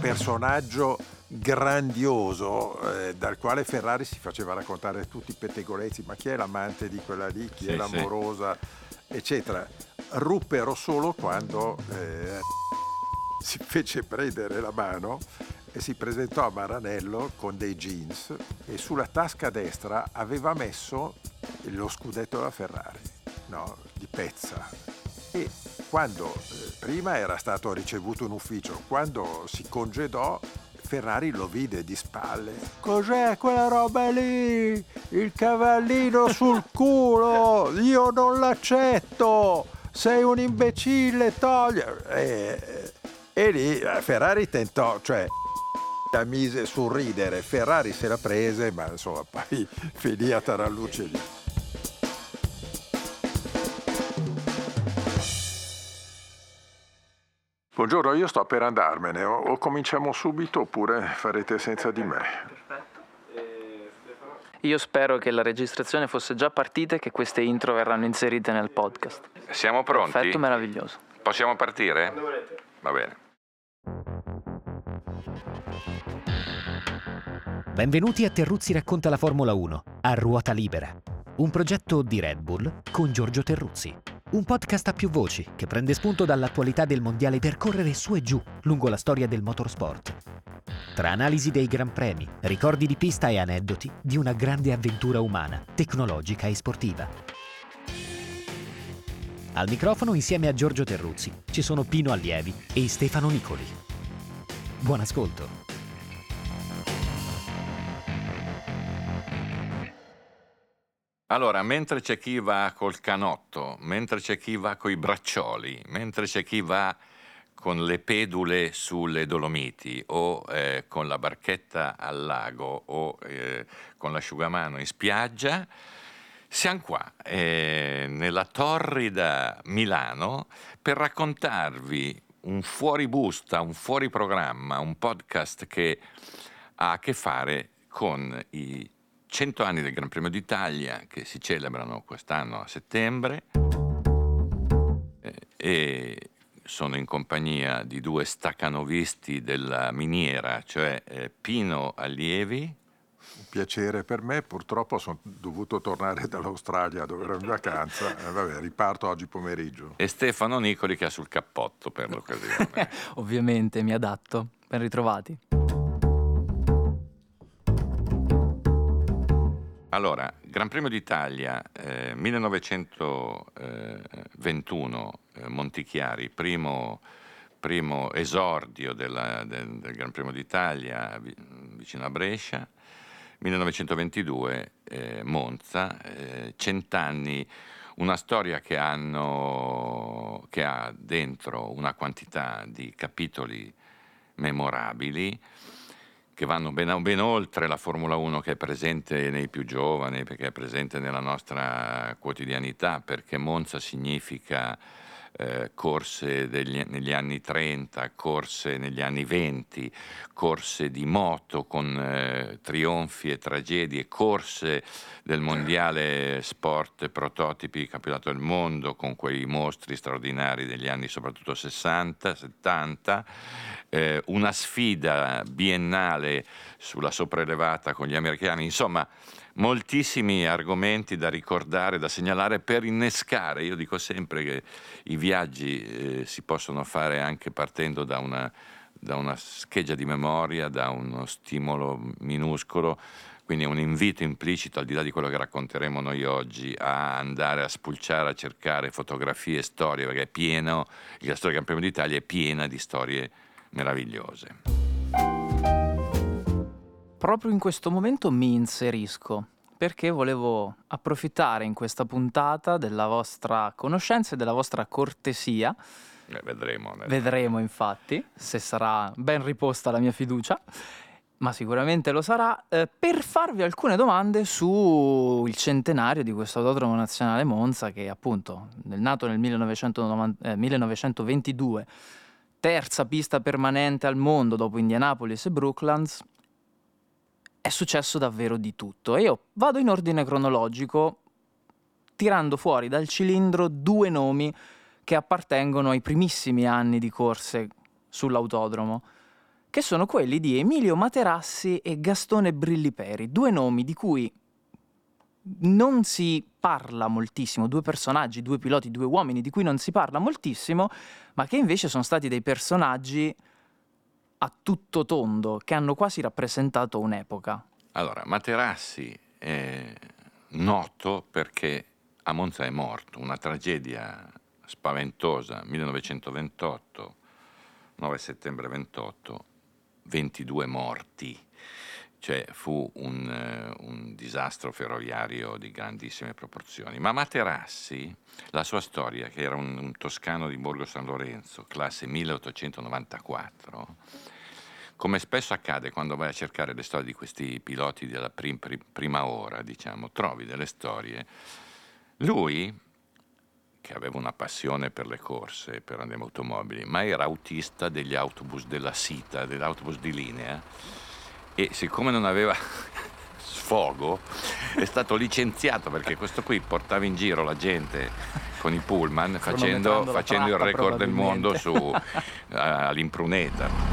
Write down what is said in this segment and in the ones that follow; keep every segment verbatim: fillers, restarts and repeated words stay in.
personaggio grandioso eh, dal quale Ferrari si faceva raccontare tutti i pettegolezzi, ma chi è l'amante di quella lì, chi Sì, è l'amorosa, sì. eccetera. Ruppero solo quando eh, si fece prendere la mano e si presentò a Maranello con dei jeans e sulla tasca destra aveva messo lo scudetto della Ferrari, no, di pezza. E quando eh, prima era stato ricevuto in ufficio, quando si congedò, Ferrari lo vide di spalle. Cos'è quella roba lì? Il cavallino sul culo! Io non l'accetto! Sei un imbecille, togli! E, e lì Ferrari tentò, cioè la mise sul ridere. Ferrari se la prese, ma insomma poi finì a tarallucce lì. Buongiorno, io sto per andarmene, o, o cominciamo subito oppure farete senza di me. Io spero che la registrazione fosse già partita e che queste intro verranno inserite nel podcast. Siamo pronti? Perfetto, meraviglioso. Possiamo partire? Va bene. Benvenuti a Terruzzi racconta la Formula uno, a ruota libera. Un progetto di Red Bull con Giorgio Terruzzi. Un podcast a più voci che prende spunto dall'attualità del mondiale per correre su e giù lungo la storia del motorsport. Tra analisi dei gran premi, ricordi di pista e aneddoti di una grande avventura umana, tecnologica e sportiva. Al microfono insieme a Giorgio Terruzzi ci sono Pino Allievi e Stefano Nicoli. Buon ascolto. Allora, mentre c'è chi va col canotto, mentre c'è chi va coi braccioli, mentre c'è chi va con le pedule sulle Dolomiti o eh, con la barchetta al lago o eh, con l'asciugamano in spiaggia, siamo qua eh, nella torrida Milano per raccontarvi un fuoribusta, un fuoriprogramma, un podcast che ha a che fare con i cento anni del Gran Premio d'Italia che si celebrano quest'anno a settembre eh, e sono in compagnia di due staccanovisti della miniera, cioè eh, Pino Allievi. Un piacere per me, purtroppo sono dovuto tornare dall'Australia dove ero in vacanza, eh, vabbè, riparto oggi pomeriggio. E Stefano Nicoli che ha sul cappotto per l'occasione. Ovviamente mi adatto, ben ritrovati. Allora, Gran Premio d'Italia eh, millenovecentoventuno, eh, Montichiari, primo, primo esordio della, del, del Gran Premio d'Italia vicino a Brescia, millenovecentoventidue eh, Monza, eh, cent'anni, una storia che, hanno, che ha dentro una quantità di capitoli memorabili che vanno ben, ben oltre la Formula uno che è presente nei più giovani, perché è presente nella nostra quotidianità, perché Monza significa eh, corse degli, negli anni trenta, corse negli anni venti, corse di moto con eh, trionfi e tragedie, corse del mondiale sport prototipi campionato del mondo con quei mostri straordinari degli anni soprattutto sessanta, settanta, eh, una sfida biennale sulla sopraelevata con gli americani, insomma moltissimi argomenti da ricordare, da segnalare per innescare. Io dico sempre che i viaggi eh, si possono fare anche partendo da una, da una scheggia di memoria, da uno stimolo minuscolo, quindi è un invito implicito, al di là di quello che racconteremo noi oggi, a andare a spulciare, a cercare fotografie, storie, perché è pieno, la storia del Gran Premio d'Italia è piena di storie meravigliose. Proprio in questo momento mi inserisco perché volevo approfittare in questa puntata della vostra conoscenza e della vostra cortesia. Eh, vedremo. Vedremo infatti se sarà ben riposta la mia fiducia, ma sicuramente lo sarà, eh, per farvi alcune domande sul centenario di questo autodromo nazionale Monza che appunto nel nato nel millenovecentonovanta, eh, millenovecentoventidue, terza pista permanente al mondo dopo Indianapolis e Brooklands. È successo davvero di tutto e io vado in ordine cronologico tirando fuori dal cilindro due nomi che appartengono ai primissimi anni di corse sull'autodromo, che sono quelli di Emilio Materassi e Gastone Brilliperi, due nomi di cui non si parla moltissimo, due personaggi, due piloti, due uomini di cui non si parla moltissimo, ma che invece sono stati dei personaggi a tutto tondo, che hanno quasi rappresentato un'epoca. Allora, Materassi è noto perché a Monza è morto, una tragedia spaventosa, millenovecentoventotto, nove settembre ventotto, ventidue morti, cioè fu un, un disastro ferroviario di grandissime proporzioni. Ma Materassi, la sua storia, che era un, un toscano di Borgo San Lorenzo, classe milleottocentonovantaquattro, come spesso accade quando vai a cercare le storie di questi piloti della prim, prim, prima ora, diciamo, trovi delle storie. Lui, che aveva una passione per le corse, per le automobili, ma era autista degli autobus della Sita, dell'autobus di linea, e siccome non aveva sfogo è stato licenziato perché questo qui portava in giro la gente con i pullman facendo, facendo il record del mondo su uh, all'Impruneta.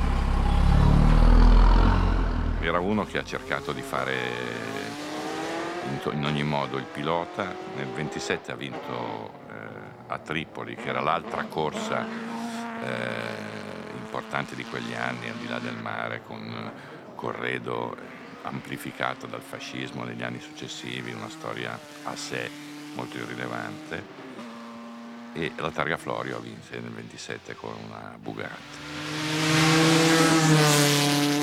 Era uno che ha cercato di fare in, to- in ogni modo il pilota. Nel ventisette ha vinto eh, a Tripoli, che era l'altra corsa eh, importante di quegli anni, al di là del mare, con Corredo amplificato dal fascismo negli anni successivi, una storia a sé molto irrilevante. E la Targa Florio vinse nel ventisette con una Bugatti.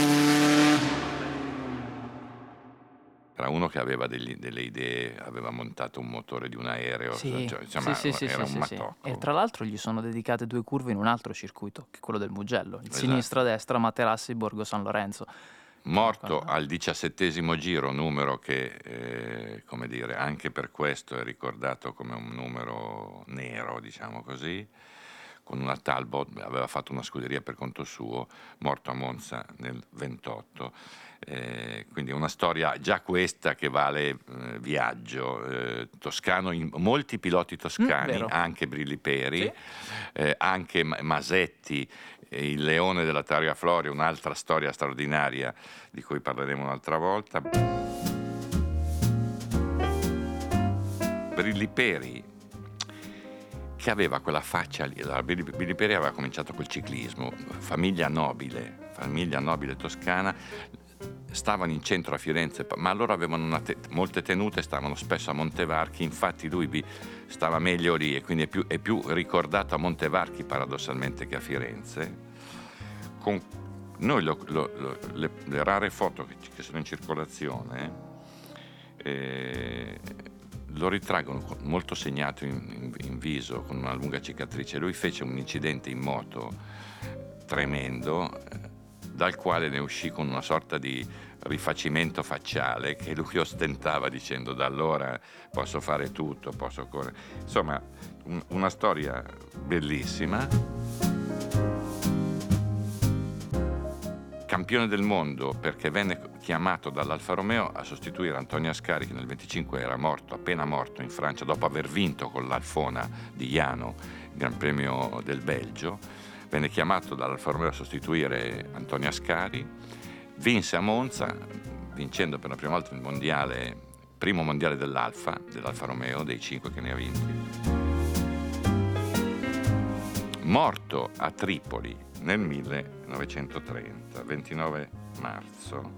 Era uno che aveva degli, delle idee, aveva montato un motore di un aereo, sì, cioè, insomma, sì, sì, era sì, un sì, matocco. Sì. E tra l'altro gli sono dedicate due curve in un altro circuito, che è quello del Mugello, il Esatto. sinistra-destra, Materassi, Borgo San Lorenzo. Morto al diciassettesimo giro, numero che, eh, come dire, anche per questo è ricordato come un numero nero, diciamo così, con una Talbot, aveva fatto una scuderia per conto suo, morto a Monza nel ventotto. Eh, quindi una storia già questa che vale eh, viaggio eh, toscano, in, molti piloti toscani, mm, anche Brilliperi, sì. eh, anche Masetti, eh, il leone della Targa Florio, un'altra storia straordinaria di cui parleremo un'altra volta. Brilliperi, che aveva quella faccia lì. Allora, Brilliperi aveva cominciato col ciclismo, famiglia nobile, famiglia nobile toscana. Stavano in centro a Firenze, ma loro avevano una te- molte tenute, stavano spesso a Montevarchi, infatti lui stava meglio lì e quindi è più, è più ricordato a Montevarchi paradossalmente che a Firenze. Con noi lo, lo, lo, le, le rare foto che, che sono in circolazione eh, lo ritraggono molto segnato in, in, in viso, con una lunga cicatrice. Lui fece un incidente in moto tremendo, dal quale ne uscì con una sorta di rifacimento facciale che lui ostentava dicendo: da allora posso fare tutto, posso correre. Insomma, un, una storia bellissima. Campione del mondo perché venne chiamato dall'Alfa Romeo a sostituire Antonio Ascari, che nel venticinque era morto, appena morto in Francia, dopo aver vinto con l'Alfona di Jano il Gran Premio del Belgio. Venne chiamato dall'Alfa Romeo a sostituire Antonio Ascari, vinse a Monza, vincendo per la prima volta il mondiale, primo mondiale dell'Alfa, dell'Alfa Romeo, dei cinque che ne ha vinti. Morto a Tripoli nel millenovecentotrenta, ventinove marzo.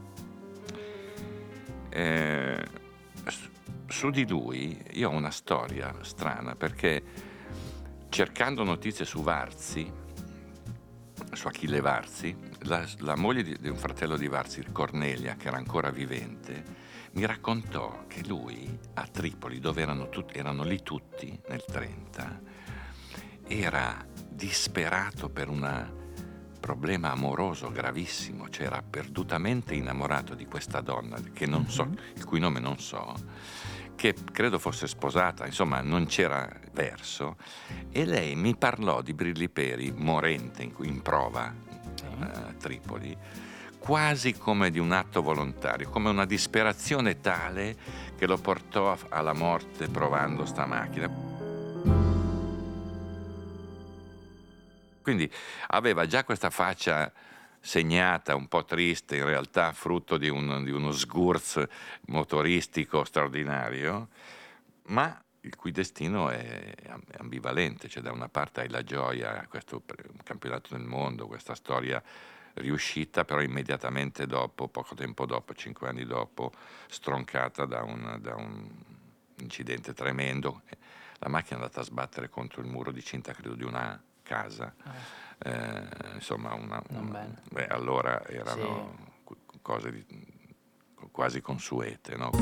Eh, su di lui io ho una storia strana, perché cercando notizie su Varzi, su Achille Varzi, la, la moglie di, di un fratello di Varzi, Cornelia, che era ancora vivente, mi raccontò che lui a Tripoli, dove erano, tut, erano lì tutti nel trenta, era disperato per un problema amoroso gravissimo, cioè era perdutamente innamorato di questa donna che non so, il cui nome non so, che credo fosse sposata, insomma non c'era verso, e lei mi parlò di Brilliperi morente in, in prova a Tripoli, quasi come di un atto volontario, come una disperazione tale che lo portò alla morte provando sta macchina. Quindi aveva già questa faccia segnata, un po' triste, in realtà frutto di, un, di uno sgurz motoristico straordinario, ma il cui destino è ambivalente, cioè da una parte hai la gioia, questo campionato del mondo, questa storia riuscita, però immediatamente dopo, poco tempo dopo, cinque anni dopo, stroncata da un, da un incidente tremendo. La macchina è andata a sbattere contro il muro di cinta, credo, di una casa. Ah. Eh, insomma, una, una, beh, allora erano sì. cose di, quasi consuete, no?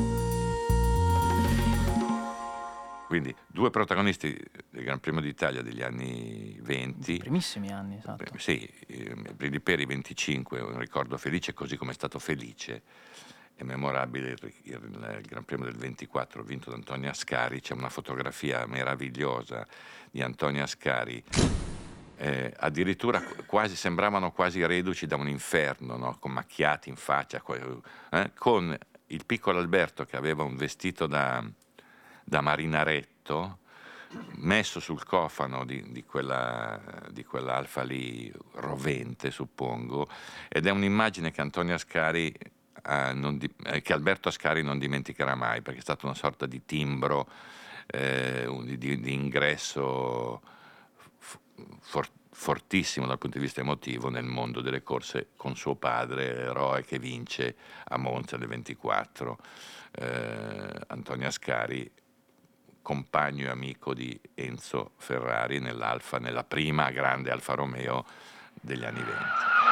Quindi due protagonisti del Gran Premio d'Italia degli anni venti. Primissimi anni, esatto. Sì, Brilli venticinque, un ricordo felice, così come è stato felice e memorabile il, il, il Gran Premio del ventiquattro vinto da Antonio Ascari. C'è una fotografia meravigliosa di Antonio Ascari. Eh, addirittura quasi sembravano quasi reduci da un inferno, no? Con macchiati in faccia, eh? Con il piccolo Alberto che aveva un vestito da, da marinaretto messo sul cofano di, di quella di quell'Alfa lì rovente, suppongo, ed è un'immagine che Antonio Ascari eh, non di, eh, che Alberto Ascari non dimenticherà mai, perché è stata una sorta di timbro eh, di, di ingresso For, fortissimo dal punto di vista emotivo nel mondo delle corse, con suo padre, l'eroe che vince a Monza del ventiquattro, eh, Antonio Ascari, compagno e amico di Enzo Ferrari nell'Alfa, nella prima grande Alfa Romeo degli anni venti.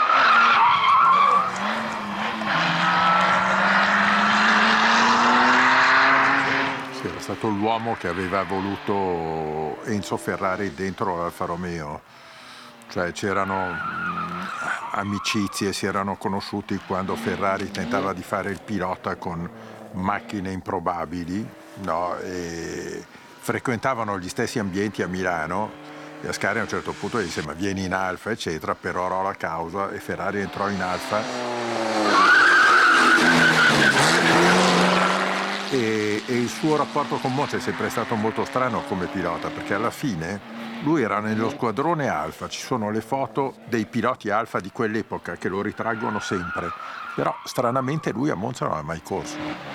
Sì, era stato l'uomo che aveva voluto Enzo Ferrari dentro l'Alfa Romeo, cioè c'erano mh, amicizie, si erano conosciuti quando Ferrari tentava di fare il pilota con macchine improbabili, no? E frequentavano gli stessi ambienti a Milano e Ascari a un certo punto gli disse: ma vieni in Alfa, eccetera, perorò la causa e Ferrari entrò in Alfa. E, e il suo rapporto con Monza è sempre stato molto strano come pilota, perché alla fine lui era nello squadrone Alfa, ci sono le foto dei piloti Alfa di quell'epoca che lo ritraggono sempre, però stranamente lui a Monza non ha mai corso.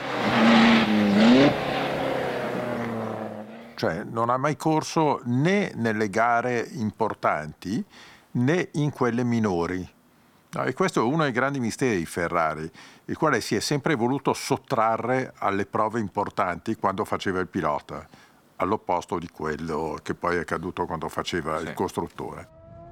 Cioè non ha mai corso né nelle gare importanti né in quelle minori. No, e questo è uno dei grandi misteri di Ferrari, il quale si è sempre voluto sottrarre alle prove importanti quando faceva il pilota, all'opposto di quello che poi è accaduto quando faceva sì. il costruttore.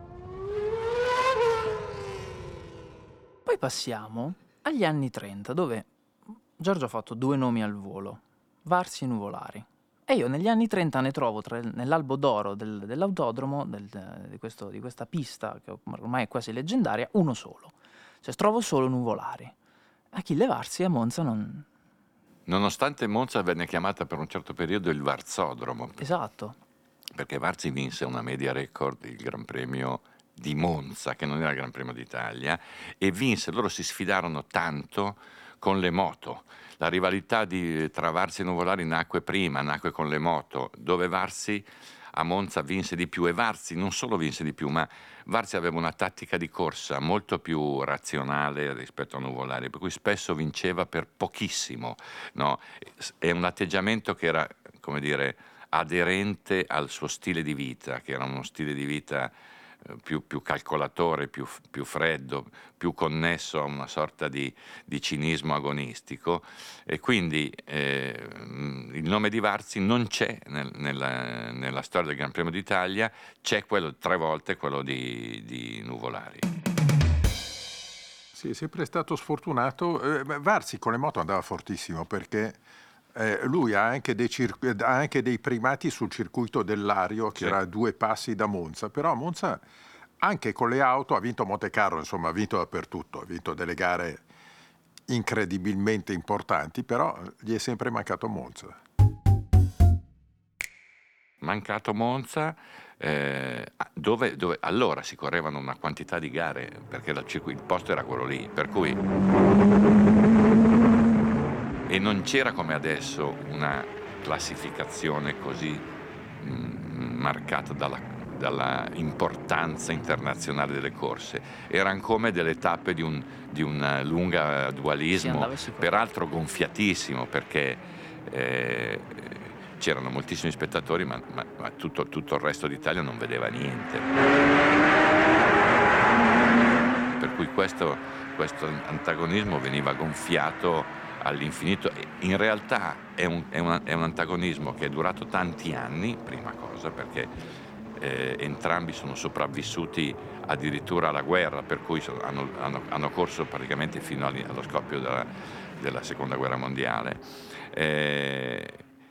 Poi passiamo agli anni trenta, dove Giorgio ha fatto due nomi al volo, Varzi e Nuvolari. E io negli anni trenta ne trovo tra, nell'albo d'oro del, dell'autodromo, del, di, questo, di questa pista che ormai è quasi leggendaria, uno solo. Cioè trovo solo Nuvolari. Achille Varzi a Monza non... Nonostante Monza venne chiamata per un certo periodo il Varzodromo. Esatto. Perché Varzi vinse una media record, il Gran Premio di Monza, che non era il Gran Premio d'Italia, e vinse, loro si sfidarono tanto con le moto. La rivalità di, tra Varzi e Nuvolari nacque prima, nacque con le moto, dove Varzi a Monza vinse di più, e Varzi non solo vinse di più, ma Varzi aveva una tattica di corsa molto più razionale rispetto a Nuvolari, per cui spesso vinceva per pochissimo, no? È un atteggiamento che era, come dire, aderente al suo stile di vita, che era uno stile di vita Più, più calcolatore, più, più freddo, più connesso a una sorta di, di cinismo agonistico, e quindi eh, il nome di Varzi non c'è nel, nella, nella storia del Gran Premio d'Italia, c'è quello tre volte quello di, di Nuvolari. Sì, è sempre stato sfortunato. Eh, Varzi con le moto andava fortissimo, perché Eh, lui ha anche, dei circu- ha anche dei primati sul circuito del Lario, che sì. era a due passi da Monza, però a Monza anche con le auto ha vinto Monte Carlo, insomma ha vinto dappertutto, ha vinto delle gare incredibilmente importanti, però gli è sempre mancato Monza. Mancato Monza, eh, dove, dove allora si correvano una quantità di gare, perché il, circuito, il posto era quello lì, per cui... E non c'era come adesso una classificazione così mh, marcata dalla, dalla importanza internazionale delle corse, erano come delle tappe di un, di un lunga dualismo, peraltro gonfiatissimo, perché eh, c'erano moltissimi spettatori, ma, ma, ma tutto, tutto il resto d'Italia non vedeva niente. Per cui questo, questo antagonismo veniva gonfiato all'infinito. In realtà è un, è, un, è un antagonismo che è durato tanti anni, prima cosa, perché eh, entrambi sono sopravvissuti addirittura alla guerra, per cui sono, hanno, hanno, hanno corso praticamente fino allo scoppio della, della seconda guerra mondiale. Eh,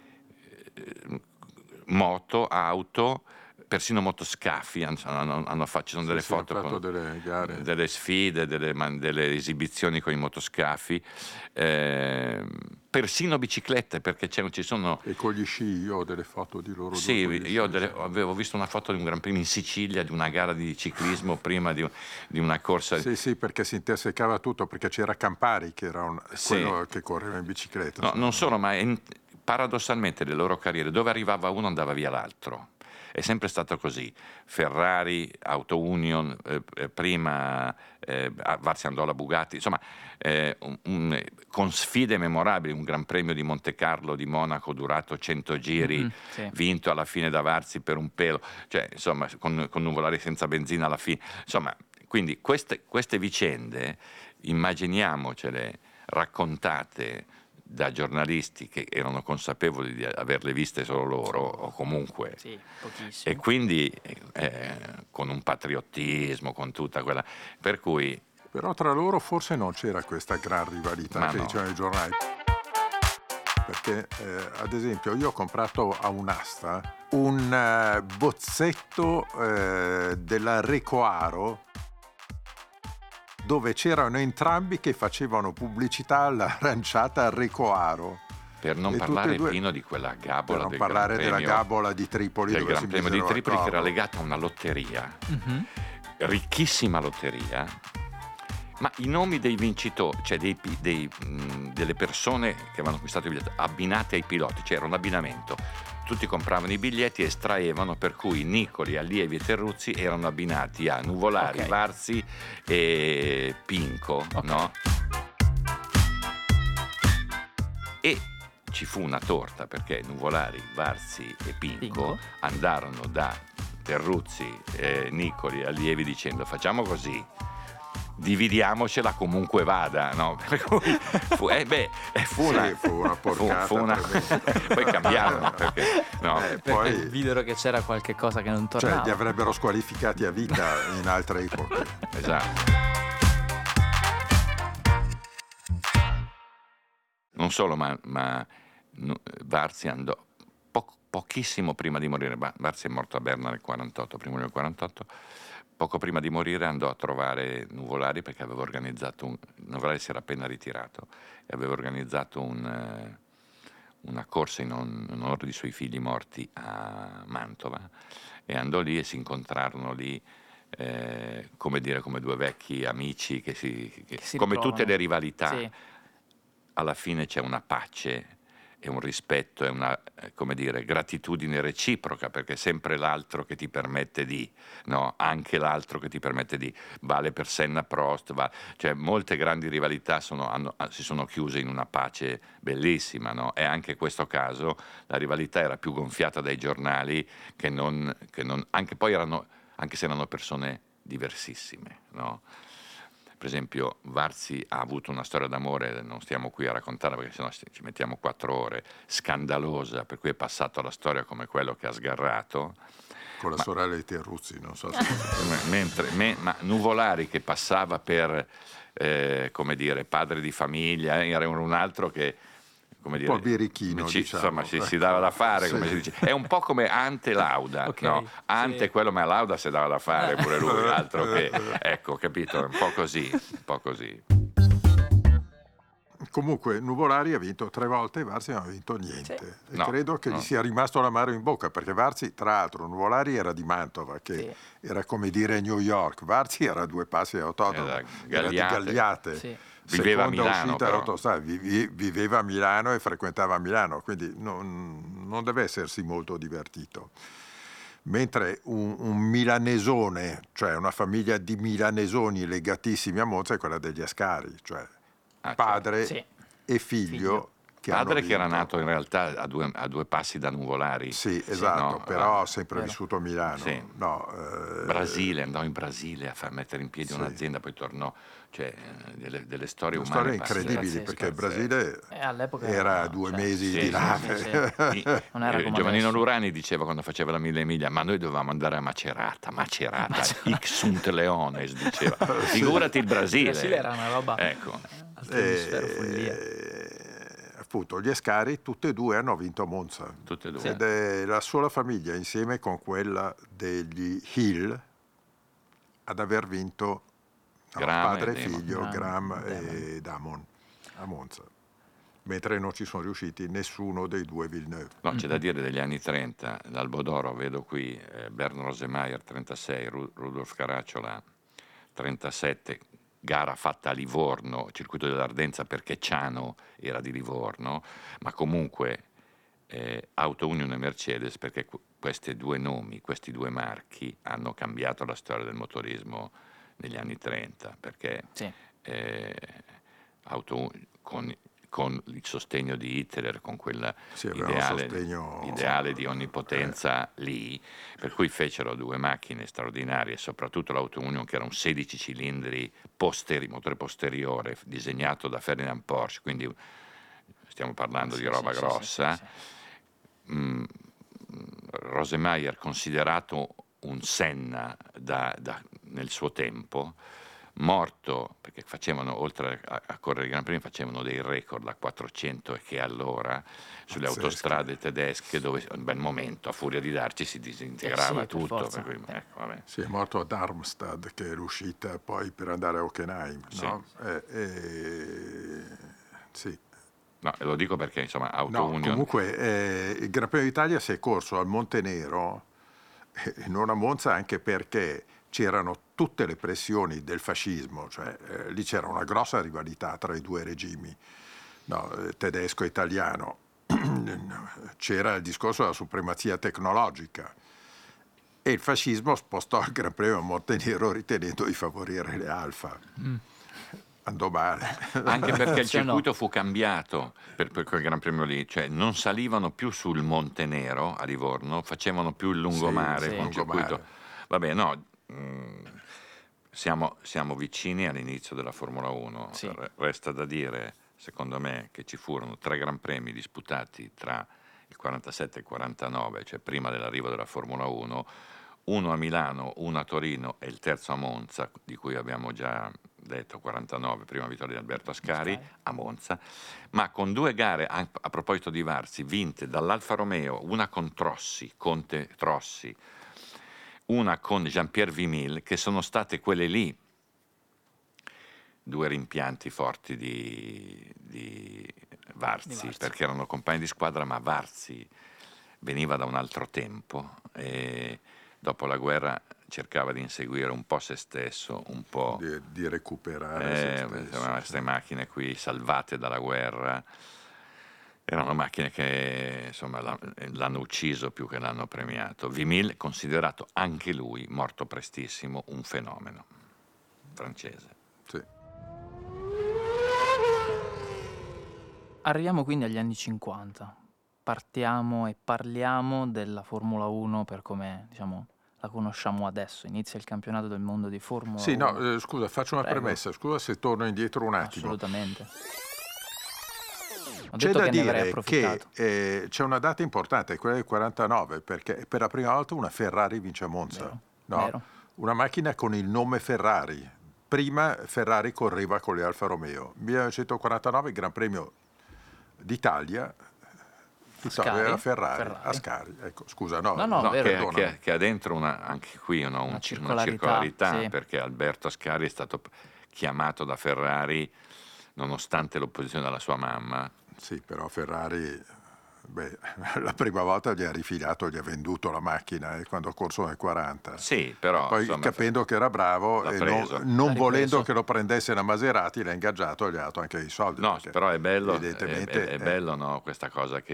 moto, auto, persino motoscafi hanno, hanno, hanno fatto, ci sono delle sì, foto sì, con delle, gare. delle sfide, delle, delle esibizioni con i motoscafi, eh, persino biciclette, perché c'è, ci sono... E con gli sci, io ho delle foto di loro. Sì, io delle, avevo visto una foto di un Gran Premio in Sicilia, di una gara di ciclismo prima di, di una corsa. Sì, sì, perché si intersecava tutto, perché c'era Campari che era un, sì. quello che correva in bicicletta. No, non solo, ma in, paradossalmente le loro carriere, dove arrivava uno andava via l'altro. È sempre stato così. Ferrari, Auto Union, eh, prima eh, Varzi andò alla Bugatti, insomma, eh, un, un, con sfide memorabili, un Gran Premio di Monte Carlo di Monaco durato cento giri, mm-hmm, sì. vinto alla fine da Varzi per un pelo, cioè, insomma, con, con Nuvolari senza benzina alla fine. Insomma, quindi queste, queste vicende, immaginiamocele raccontate da giornalisti che erano consapevoli di averle viste solo loro, o comunque, sì, pochissimo. E quindi eh, con un patriottismo, con tutta quella, per cui... Però tra loro forse non c'era questa gran rivalità Ma che no. dicevano i giornali. Perché eh, ad esempio io ho comprato a un'asta un uh, bozzetto uh, della Recoaro, dove c'erano entrambi che facevano pubblicità all'aranciata Recoaro. Per non e parlare, due, Pino, di quella gabola per non del parlare Gran della Premio, gabola di Tripoli, del dove Gran si Premio di Tripoli, che era d'accordo. legata a una lotteria, mm-hmm. ricchissima lotteria, ma i nomi dei vincitori, cioè dei, dei, mh, delle persone che avevano acquistato il biglietto, abbinate ai piloti, c'era un abbinamento. Tutti compravano i biglietti e estraevano, per cui Nicoli, Allievi e Terruzzi erano abbinati a Nuvolari, okay. Varzi e Pinco, okay. no? E ci fu una torta, perché Nuvolari, Varzi e Pinco, Pinco. andarono da Terruzzi, eh, Nicoli, Allievi dicendo: facciamo così, dividiamocela comunque vada, no? Per cui fu, eh beh, fu, una, sì, fu una porcata fu, fu una, poi cambiarono, perché, no, eh, perché poi videro che c'era qualche cosa che non tornava. Cioè li avrebbero squalificati a vita in altre epoche. Esatto. Non solo, ma, ma no, Varzi andò po- pochissimo prima di morire. Varzi è morto a Berna nel quarantotto, primo del quarantotto. Poco prima di morire andò a trovare Nuvolari, perché aveva organizzato un, Nuvolari si era appena ritirato e aveva organizzato un, eh, una corsa in, on, in onore dei suoi figli morti a Mantova, e andò lì e si incontrarono lì, eh, come dire, come due vecchi amici che si, che, che si come ritrovano. Tutte le rivalità, sì. Alla fine c'è una pace e un rispetto e una, come dire, gratitudine reciproca, perché è sempre l'altro che ti permette di, no, anche l'altro che ti permette di, vale per Senna, Prost, vale, cioè molte grandi rivalità sono, hanno, si sono chiuse in una pace bellissima, no? E anche in questo caso la rivalità era più gonfiata dai giornali che non, che non anche poi erano, anche se erano persone diversissime, no? Per esempio Varzi ha avuto una storia d'amore, non stiamo qui a raccontarla perché sennò ci mettiamo quattro ore, scandalosa, per cui è passato alla storia come quello che ha sgarrato. Con la ma, sorella di Terruzzi, non so se... mentre, me, ma Nuvolari, che passava per, eh, come dire, padre di famiglia, era un altro che... Come dire, un po' birichino, ci, diciamo. Insomma, ci si dava da fare, sì. Come si dice. È un po' come Ante Lauda, okay, no? Ante sì. Quello, ma Lauda si dava da fare pure lui, altro che... Ecco, capito? Un po' così, un po' così. Comunque Nuvolari ha vinto tre volte e Varzi non ha vinto niente. Sì. E no, credo che no. gli sia rimasto l'amaro in bocca, perché Varzi, tra l'altro, Nuvolari era di Mantova, che sì. era come dire New York. Varzi era a due passi d'autodromo, era, era di Gagliate. Sì. Viveva a Milano, però. Viveva a Milano e frequentava Milano, quindi non, non deve essersi molto divertito. mentre un, un milanesone, cioè una famiglia di milanesoni legatissimi a Monza, è quella degli Ascari, cioè Ah, padre Sì. e figlio, Figlio. che Padre hanno che era vinto. nato in realtà a due, a due passi da Nuvolari. Sì, esatto, no, però ah, ha sempre vero. vissuto a Milano. Sì. No, eh, Brasile, andò in Brasile a far mettere in piedi Sì. un'azienda, poi tornò, cioè eh, delle, delle storie Sono umane storie incredibili, pazzesche. perché il pazzesche. Brasile E all'epoca era era- a due cioè, mesi Sì, di sì, nave. sì, I- Non era eh, come Giovannino adesso. Lurani diceva quando faceva la mille miglia, ma noi dovevamo andare a Macerata, Macerata, hic sunt leones, diceva. Figurati il Brasile. Il Brasile era una roba Ecco. altro emisfero, follia. E, appunto, gli Ascari tutte e due hanno vinto a Monza. Tutte e due. Ed è la sola famiglia, insieme con quella degli Hill, ad aver vinto no, Graham padre e e Damon. figlio, Graham, Graham e Damon, a Monza. Mentre non ci sono riusciti nessuno dei due Villeneuve. No, c'è da dire degli anni trenta, l'Albodoro vedo qui, eh, Bernd Rosemeyer trentasei, Ru- Rudolf Caracciola trentasette, gara fatta a Livorno, circuito dell'Ardenza perché Ciano era di Livorno, ma comunque eh, Auto Union e Mercedes perché qu- questi due nomi, questi due marchi hanno cambiato la storia del motorismo negli anni trenta, perché Sì. eh, Auto con, con il sostegno di Hitler, con quel Sì, aveva un ideale, sostegno, ideale di onnipotenza lì, per cui fecero due macchine straordinarie, soprattutto l'Auto Union che era un sedici cilindri posteri, motore posteriore disegnato da Ferdinand Porsche, quindi stiamo parlando Sì, di roba sì, sì, grossa. sì, sì, Mm, Rosemeyer considerato un Senna da- da- nel suo tempo, morto perché facevano, oltre a, a correre i Gran Premi, facevano dei record a quattrocento e che allora sulle Pazzeschi. autostrade tedesche, dove un bel momento, a furia di darci, si disintegrava Eh sì, per tutto. forza. Per cui, ecco, vabbè. Sì, è morto a Darmstadt, che è l'uscita poi per andare a Hockenheim, Sì. no? Eh, eh, sì. No, lo dico perché insomma Auto No, Union. comunque eh, il Gran Premio d'Italia si è corso al Montenero e non a Monza, anche perché c'erano tutte le pressioni del fascismo, cioè eh, lì c'era una grossa rivalità tra i due regimi, no, eh, tedesco e italiano. C'era il discorso della supremazia tecnologica e il fascismo spostò il Gran Premio a Montenero ritenendo di favorire le Alfa. Andò male. Anche perché il Sì o no? circuito fu cambiato per, per quel Gran Premio lì, cioè non salivano più sul Monte Nero a Livorno, facevano più il lungomare, Sì, con un lungomare. circuito. Vabbè, no, mh, siamo, siamo vicini all'inizio della Formula uno. Sì. Re- Resta da dire, secondo me, che ci furono tre Gran Premi disputati tra il quarantasette e il quarantanove, cioè prima dell'arrivo della Formula uno, uno a Milano, uno a Torino e il terzo a Monza, di cui abbiamo già detto quarantanove, prima vittoria di Alberto Ascari, Ascari. a Monza, ma con due gare, a, a proposito di Varzi, vinte dall'Alfa Romeo, una con Trossi, Conte Trossi, una con Jean-Pierre Vimille, che sono state quelle lì, due rimpianti forti di, di Varzi, Di Varzi. perché erano compagni di squadra, ma Varzi veniva da un altro tempo e dopo la guerra cercava di inseguire un po' se stesso, un po' di, di recuperare eh, se insomma, stesso. queste macchine qui salvate dalla guerra erano macchine che insomma la- l'hanno ucciso più che l'hanno premiato. Vimille, considerato anche lui, morto prestissimo, un fenomeno francese. Sì. Arriviamo quindi agli anni cinquanta. Partiamo e parliamo della Formula uno per come, diciamo, la conosciamo adesso. Inizia il campionato del mondo di Formula Sì, uno. no, eh, scusa, faccio una Prego. premessa, scusa se torno indietro un attimo. Assolutamente. Ho C'è detto da che ne avrei dire approfittato. che eh, c'è una data importante, quella del quarantanove, perché per la prima volta una Ferrari vince a Monza. Vero, No? vero. Una macchina con il nome Ferrari. Prima Ferrari correva con le Alfa Romeo. millenovecentoquarantanove il Gran Premio d'Italia, vittoria Ascari, della Ferrari, Ferrari. Ascari. Ecco, scusa, no, No, no, No, vero. che, perdonami. che- che ha dentro una, anche qui una, un- Una una circolarità, circolarità, sì. perché Alberto Ascari è stato p- chiamato da Ferrari nonostante l'opposizione della sua mamma. Sì, però Ferrari, beh, la prima volta gli ha rifilato, gli ha venduto la macchina eh, quando ha corso nel quaranta. Sì, però Poi insomma, capendo che era bravo l'ha e preso. non, non L'ha volendo ripreso. che lo prendesse la Maserati, l'ha ingaggiato e gli ha dato anche i soldi. no, perché però è bello, è, evidentemente è- è eh, bello no, questa cosa che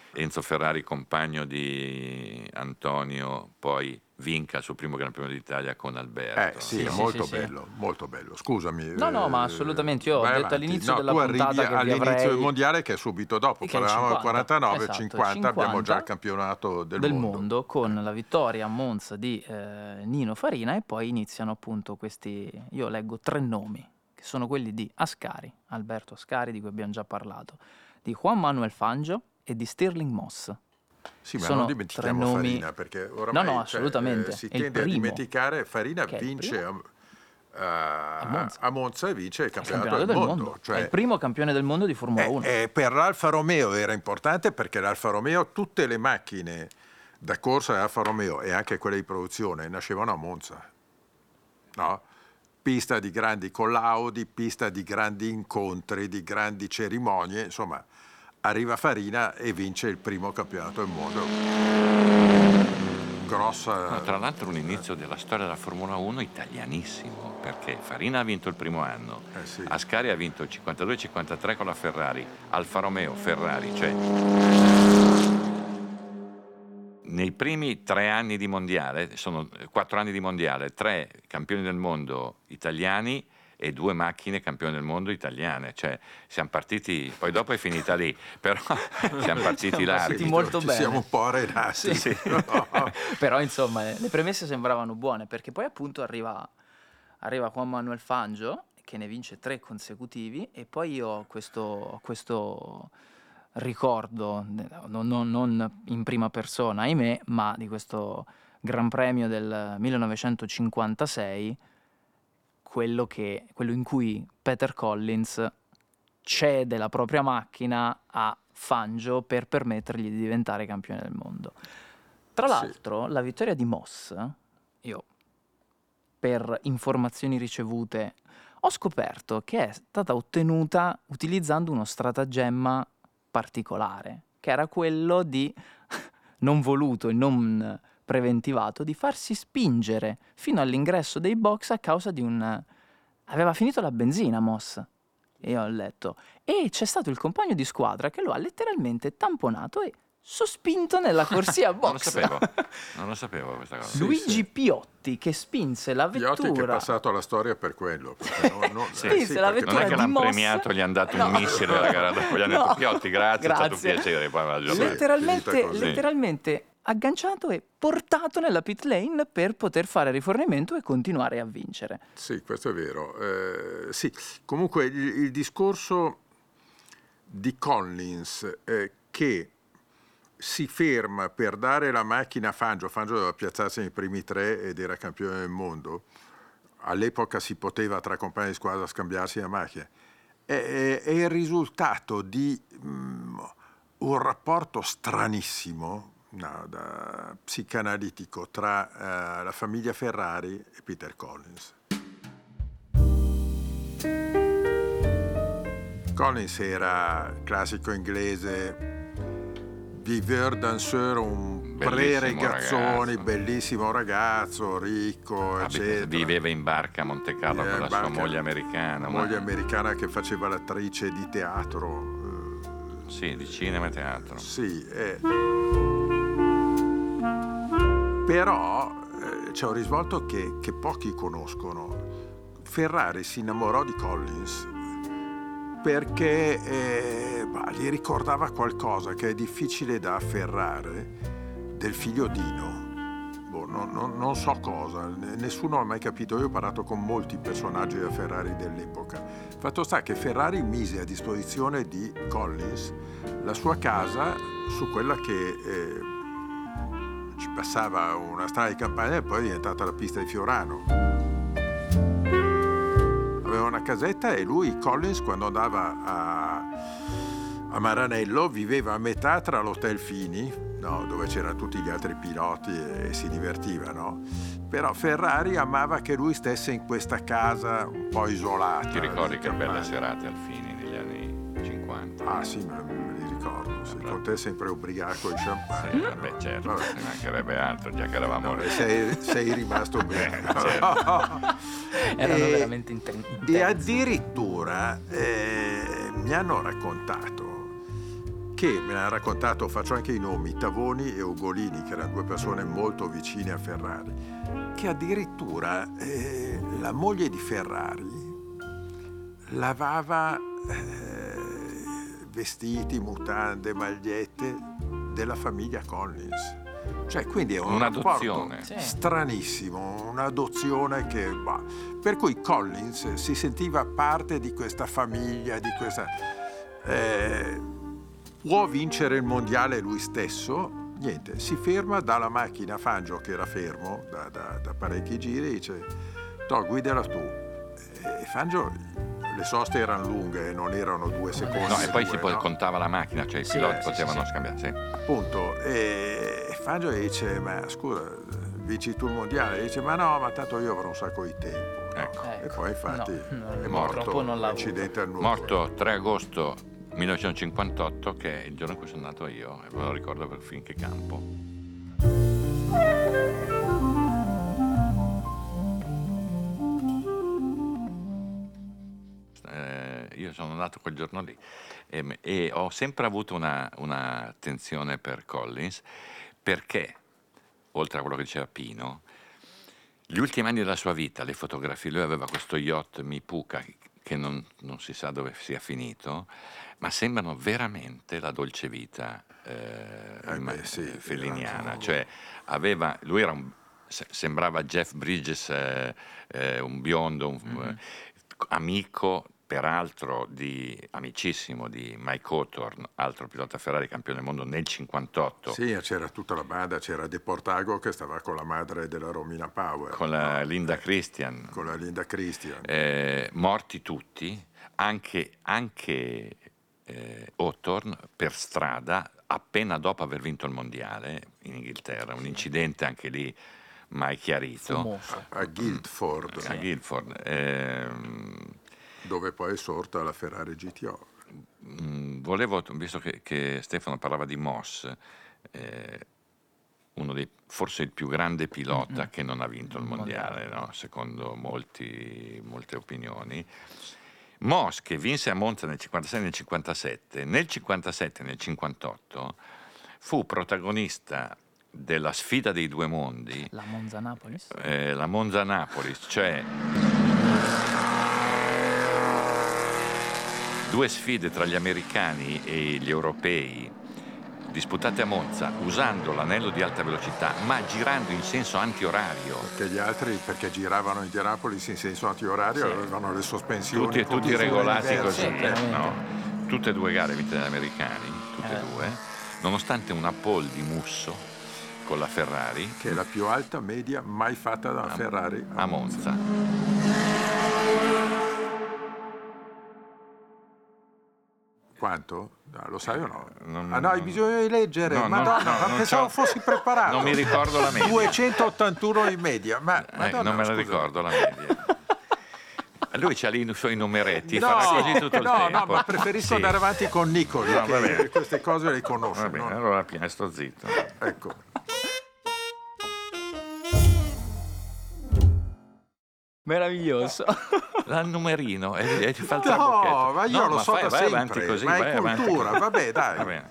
Enzo Ferrari, compagno di Antonio, poi vinca il suo primo Gran Premio d'Italia con Alberto. Eh sì, Sì, è sì, molto sì, sì. bello, molto bello. Scusami. No, no, ma eh, assolutamente, io ho vai detto avanti. all'inizio No, della tu puntata arrivi che vi all'inizio avrei- del mondiale che è subito dopo, Che è il parlavamo del cinquanta, quarantanove, esatto, cinquanta, abbiamo già il cinquanta campionato del, del mondo. mondo con la vittoria a Monza di eh, Nino Farina, e poi iniziano appunto questi, io leggo tre nomi, che sono quelli di Ascari, Alberto Ascari, di cui abbiamo già parlato, di Juan Manuel Fangio e di Stirling Moss. Sì, ma Sono non tre dimentichiamo nomi- Farina, perché oramai No, no, cioè, assolutamente, eh, si è il tende a primo, dimenticare. Farina che è il vince a, primo. a- A Monza. a Monza e vince il È il campionato, campionato del del mondo. Cioè, è il primo campione del mondo di Formula eh, uno. eh, per l'Alfa Romeo era importante perché l'Alfa Romeo, tutte le macchine da corsa dell'Alfa Romeo e anche quelle di produzione nascevano a Monza, no? Pista di grandi collaudi, pista di grandi incontri, di grandi cerimonie, insomma, arriva Farina e vince il primo campionato del mondo. Grossa. No, tra l'altro un inizio della storia della Formula uno italianissimo, perché Farina ha vinto il primo anno, Eh sì. Ascari ha vinto il cinquantadue cinquantatré con la Ferrari, Alfa Romeo, Ferrari, cioè nei primi tre anni di mondiale, sono quattro anni di mondiale, tre campioni del mondo italiani e due macchine campioni del mondo italiane, cioè siamo partiti, poi dopo è finita lì, però siamo partiti Siamo larghi. partiti molto Ci bene. siamo un po' arenati. Sì. Però insomma eh, le premesse sembravano buone, perché poi appunto arriva, arriva Juan Manuel Fangio che ne vince tre consecutivi, e poi io ho questo, ho questo ricordo, eh, non, non- non in prima persona ahimè, ma di questo Gran Premio del millenovecentocinquantasei, quello, che, quello in cui Peter Collins cede la propria macchina a Fangio per permettergli di diventare campione del mondo. Tra Sì. l'altro, la vittoria di Moss, io per informazioni ricevute ho scoperto che è stata ottenuta utilizzando uno stratagemma particolare, che era quello di, non voluto e non preventivato, di farsi spingere fino all'ingresso dei box a causa di un... aveva finito la benzina Moss. E io ho letto. E c'è stato il compagno di squadra che lo ha letteralmente tamponato e sospinto nella corsia Non lo box. sapevo, non lo sapevo questa cosa. Sì, Luigi sì. Piotti, che spinse la Piotti che è vettura. passato alla storia per quello. perché non- non- Sì. Spinse la perché- Non è vettura che di l'hanno Moss. premiato, gli hanno dato No. un missile della gara dopo, gli hanno No. detto Piotti, grazie, è stato un Grazie. piacere. Poi va già Sì. bene. letteralmente, finita così. letteralmente agganciato e portato nella pit lane per poter fare rifornimento e continuare a vincere. Sì, questo è vero. Eh, sì, comunque il, il discorso di Collins eh, che si ferma per dare la macchina a Fangio, Fangio doveva piazzarsi nei primi tre ed era campione del mondo, all'epoca si poteva tra compagni di squadra scambiarsi la macchina, è, è- è il risultato di mm, un rapporto stranissimo, no, da psicanalitico tra eh, la famiglia Ferrari e Peter Collins. Collins era classico inglese, viveur danseur, un Bellissimo pre-regazzoni, ragazzo. bellissimo ragazzo, ricco, Abita- eccetera. Viveva in barca a Monte Carlo Eh, con la sua barca- moglie americana. ma- moglie americana che faceva l'attrice di teatro. eh, Sì, di cinema e teatro. Sì, eh. Però eh, c'è un risvolto che, che pochi conoscono. Ferrari si innamorò di Collins perché eh, bah, gli ricordava qualcosa che è difficile da afferrare del figlio Dino. Boh, non, non- non so cosa, ne- nessuno ha mai capito. Io ho parlato con molti personaggi della Ferrari dell'epoca. Fatto sta che Ferrari mise a disposizione di Collins la sua casa su quella che eh, ci passava una strada di campagna e poi è diventata la pista di Fiorano. Aveva una casetta e lui, Collins, quando andava a, a Maranello, viveva a metà tra l'Hotel Fini, no, dove c'erano tutti gli altri piloti e, e si divertiva, no? Però Ferrari amava che lui stesse in questa casa un po' isolata. Ti ricordi di che belle campagna. serate al Fini negli anni cinquanta? Ah sì, ma me li ricordo. Sì, con te sempre ubriaco di Sì, champagne. vabbè, no? certo, Vabbè. ne mancherebbe altro, già che eravamo No, lì. sei, sei rimasto bene. Erano E- veramente inten- E intensi. addirittura eh, mi hanno raccontato che me l'ha raccontato, faccio anche i nomi, Tavoni e Ugolini, che erano due persone molto vicine a Ferrari, che addirittura eh, la moglie di Ferrari lavava eh, vestiti, mutande, magliette della famiglia Collins. Cioè, quindi è un un'adozione rapporto stranissimo, un'adozione che bah. Per cui Collins si sentiva parte di questa famiglia, di questa eh, può vincere il mondiale lui stesso. Niente, si ferma, dà la macchina a Fangio, che era fermo da, da, da parecchi giri, e dice: "To, guidala tu". E Fangio, le soste erano lunghe, non erano due secondi. no, e poi due, si poi no? contava la macchina, cioè i Sì, piloti eh, sì, potevano sì. scambiare, sì. Punto. E Fangio dice: "Ma scusa, vinci tu il mondiale?" E dice: "Ma no, ma tanto io avrò un sacco di tempo". No? Ecco. E poi infatti No, no, è purtroppo morto non l'ha incidente al nuovo. Morto tre agosto millenovecentocinquantotto, che è il giorno in cui sono nato io, e me lo ricordo per finché campo. Eh, io sono nato quel giorno lì e, e ho sempre avuto una, una attenzione per Collins, perché, oltre a quello che diceva Pino, gli ultimi anni della sua vita, le fotografie, lui aveva questo yacht Mipuca che non, non si sa dove sia finito, ma sembrano veramente la dolce vita eh, Eh ma- beh, sì, felliniana. era- Cioè, aveva, lui era un, se- sembrava Jeff Bridges, eh, eh, un biondo, un, Mhm. eh, amico peraltro di amicissimo di Mike Hawthorne, altro pilota Ferrari, campione del mondo nel cinquantotto, Sì, c'era tutta la banda, c'era De Portago che stava con la madre della Romina Power. con la no? Linda Eh, Christian. Con la Linda Christian. Eh, morti tutti, anche, anche eh, Hawthorne per strada appena dopo aver vinto il mondiale in Inghilterra, un incidente anche lì mai chiarito Fumoso. A Guildford, a Guildford. Ehm, dove poi è sorta la Ferrari G T O. mh, volevo, visto che, che Stefano parlava di Moss, eh, uno dei, forse il più grande pilota Mm-mm. che non ha vinto il mondiale, Mondiale. no? Secondo molti, molte opinioni. Moss, che vinse a Monza nel cinquantasei e nel cinquantasette, nel cinquantasette e nel cinquantotto fu protagonista della sfida dei due mondi, La Monza-Napolis? eh, la Monza-Napolis, cioè due sfide tra gli americani e gli europei disputate a Monza usando l'anello di alta velocità ma girando in senso antiorario. Perché gli altri, perché giravano in Indianapolis in senso antiorario, Sì. avevano le sospensioni Tutti, con tutti misure regolati diverse. così, Sì, chiaramente. no? Tutte e due gare vinte dagli americani, tutte e Eh. due, nonostante una pole di Musso con la Ferrari Che è la più alta media mai fatta da una Ferrari a Monza. Quanto? No, lo sai o no? Non- ah no, hai non- bisogno di leggere. No, no, Madonna, no, ma non pensavo c'ho- fossi preparato. Non mi ricordo la media. duecentottantuno in media. Ma, Eh, Madonna, non me la scusa. ricordo la media. Lui c'ha lì i suoi numeretti, No, farà così tutto il no, tempo. no, ma preferisco Sì. andare avanti con Nicoli, No, va che bene. queste cose le conosce. Va bene, no? allora Pino, sto zitto. Ecco. Meraviglioso. Dal numerino e, e ti fa il No, trabocchetto. ma io No, lo so fai, da vai sempre, avanti così, ma è vai avanti cultura, così. vabbè, dai. Va bene.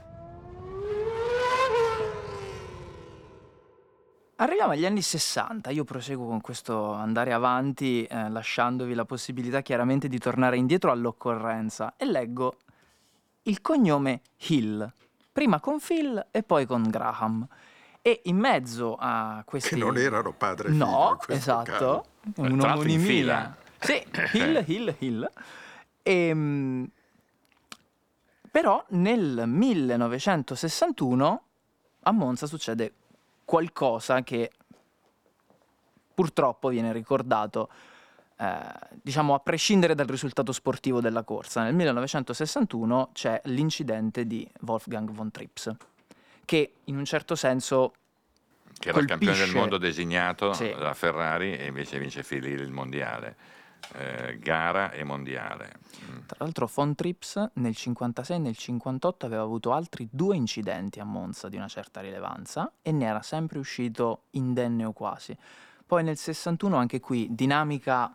Arriviamo agli anni sessanta, io proseguo con questo andare avanti, eh, lasciandovi la possibilità chiaramente di tornare indietro all'occorrenza, e leggo il cognome Hill, prima con Phil e poi con Graham. E in mezzo a questi... Che non erano padre e figlio No, in questo esatto, caso. Tra l'altro in un'omonimia. fila. Sì, Hill, Hill, Hill. Ehm, però nel millenovecentosessantuno a Monza succede qualcosa che purtroppo viene ricordato, eh, diciamo, a prescindere dal risultato sportivo della corsa. Nel millenovecentosessantuno c'è l'incidente di Wolfgang von Trips, che in un certo senso Che era il campione del colpisce- mondo designato Sì. da Ferrari e invece vince Phil Hill il mondiale. Eh, gara e mondiale. Mm. Tra l'altro von Trips nel cinquantasei e nel cinquantotto aveva avuto altri due incidenti a Monza di una certa rilevanza e ne era sempre uscito indenne o quasi. Poi nel sessantuno anche qui dinamica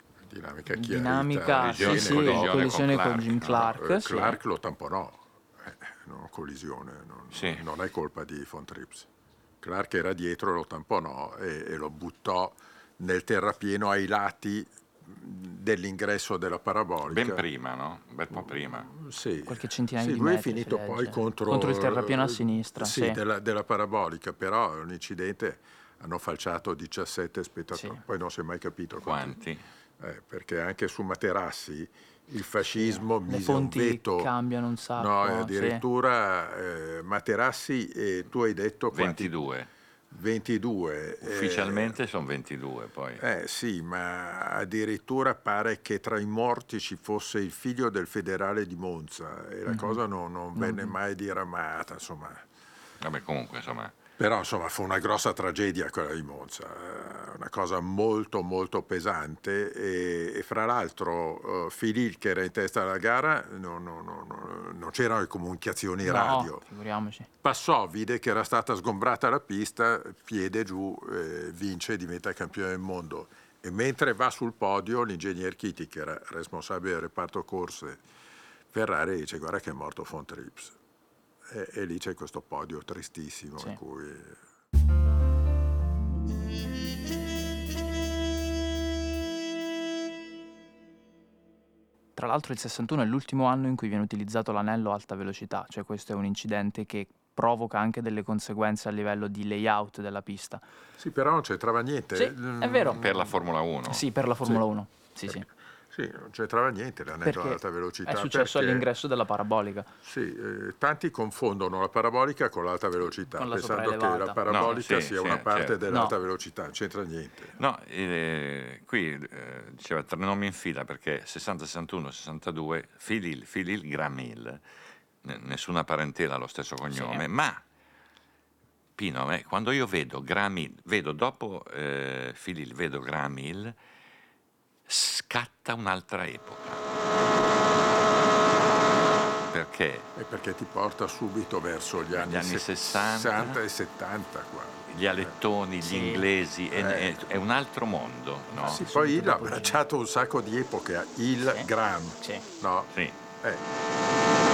Dinamica chiarita. dinamica collisione- sì, sì, collisione con collisione con Clark, Jim no? Clark, Eh, sì. Clark lo tamponò. Eh, no? Collisione, non, Sì. non è colpa di Von Trips. Clark era dietro, lo tamponò e, e lo buttò nel terrapieno ai lati dell'ingresso della parabolica. Ben prima, no? Un bel po' prima. Sì. Qualche centinaia sì, di lui metri. è finito si poi legge. contro, contro il terrapieno a sinistra. Sì, Sì. Della, della parabolica, però è un incidente, hanno falciato diciassette spettatori, Sì. poi non si è mai capito Quanti? Eh, perché anche su Materassi il fascismo Le mise un fonti veto. cambiano un sacco. No, sì. addirittura eh, Materassi, eh, tu hai detto quanti? ventidue. ventidue. Ufficialmente sono ventidue poi. Eh sì, ma addirittura pare che tra i morti ci fosse il figlio del federale di Monza e la Mhm. cosa non, non venne mai diramata, insomma. Vabbè, comunque, insomma, Però insomma fu una grossa tragedia quella di Monza, eh, una cosa molto molto pesante e, e fra l'altro uh, Filil, che era in testa alla gara, non, non, non, non c'erano le comunicazioni No, radio. figuriamoci. Passò, vide che era stata sgombrata la pista, piede giù, eh, vince e diventa campione del mondo. E mentre va sul podio l'ingegner Chiti, che era responsabile del reparto corse Ferrari, dice guarda che è morto Von Trips. E, e lì c'è questo podio tristissimo Sì. in cui... Tra l'altro il sessantuno è l'ultimo anno in cui viene utilizzato l'anello alta velocità, cioè questo è un incidente che provoca anche delle conseguenze a livello di layout della pista. Sì, però non c'entrava niente. Sì, è vero. per la Formula uno. Sì, per la Formula uno. Sì, sì. Sì, non c'entrava niente l'anello Perché ad alta velocità. è successo perché- all'ingresso della parabolica. Sì, eh, tanti confondono la parabolica con l'alta velocità, Con la pensando che sopraelevata. la parabolica No, sì, sia sì, una parte certo. dell'alta No. velocità, non c'entra niente. No, eh, qui eh, diceva tre nomi in fila perché sessanta, sessantuno, sessantadue, Filil, Filil Gramil, N- nessuna parentela, lo stesso cognome, Sì. ma Pino, eh, quando io vedo Gramil, vedo dopo eh, Filil, vedo Gramil, scatta un'altra epoca. Perché E perché ti porta subito verso gli anni, Gli anni sessanta e settanta qua. gli alettoni, gli Sì. inglesi, è, Eh. è- è un altro mondo, no? Sì, subito poi il ha dopo il- abbracciato un sacco di epoche, il Sì. Gram, Sì. no? Sì. Eh.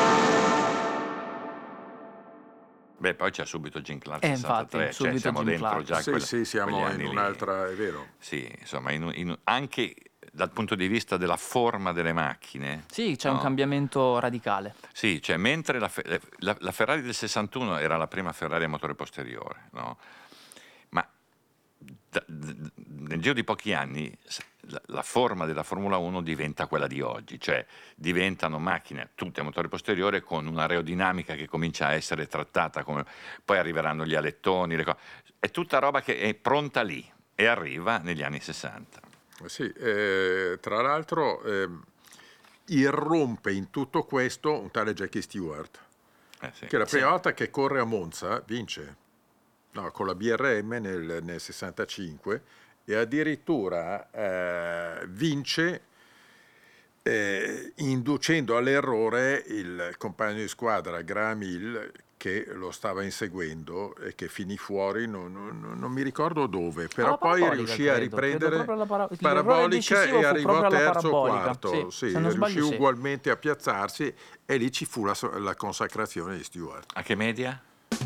Beh, poi c'è subito Jim Clark Eh, sessantatré, infatti, cioè subito siamo Jim dentro Clark. già Sì, quella- sì, siamo quegli in anni lì. un'altra, è vero. Sì, insomma, in- in- anche dal punto di vista della forma delle macchine. Sì, c'è un no? cambiamento radicale. Sì, cioè mentre la, Fe- la- la Ferrari del sessantuno era la prima Ferrari a motore posteriore, no? Ma da- d- nel giro di pochi anni s- la, la forma della Formula uno diventa quella di oggi, cioè diventano macchine tutte a motore posteriore con un'aerodinamica che comincia a essere trattata come... Poi arriveranno gli alettoni, le co- è tutta roba che è pronta lì e arriva negli anni sessanta. Sì, eh, tra l'altro ehm, irrompe in tutto questo un tale Jackie Stewart, Eh sì. che la prima Sì. volta che corre a Monza vince, no, con la B R M nel, nel sessantacinque e addirittura eh, vince eh, inducendo all'errore il compagno di squadra Graham Hill, che lo stava inseguendo e che finì fuori, non, non- non mi ricordo dove, però Alla poi parabolica, riuscì a credo, credo riprendere proprio alla para- l'errore parabolica decisivo e fu arrivò proprio alla terzo o parabolica. quarto, Sì, sì, se non riuscì sbaglio sì. ugualmente a piazzarsi e lì ci fu la, so- la consacrazione di Stewart. A che media?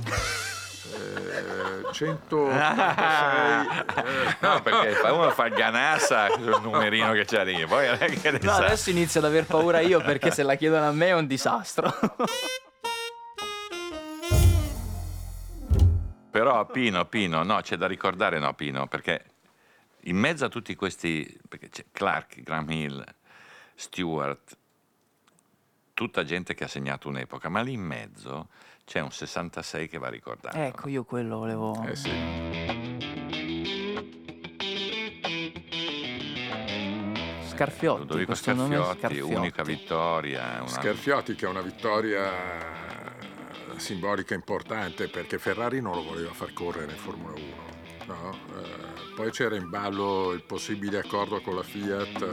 Eh, centotrentasei, eh, No, perché fa- uno fa ganassa sul numerino che c'è lì, poi non è che ne No, sa. adesso inizio ad aver paura io perché se la chiedono a me è un disastro. Però Pino, Pino, no, c'è da ricordare, no, Pino, perché in mezzo a tutti questi, perché c'è Clark, Graham Hill, Stewart, tutta gente che ha segnato un'epoca, ma lì in mezzo c'è un sessantasei che va ricordato. Ecco, io quello volevo... eh sì. Scarfiotti, Ludovico questo nome Scarfiotti, Scarfiotti. unica vittoria. Una... Scarfiotti, che è una vittoria simbolica importante perché Ferrari non lo voleva far correre in Formula uno, no? Eh, poi c'era in ballo il possibile accordo con la Fiat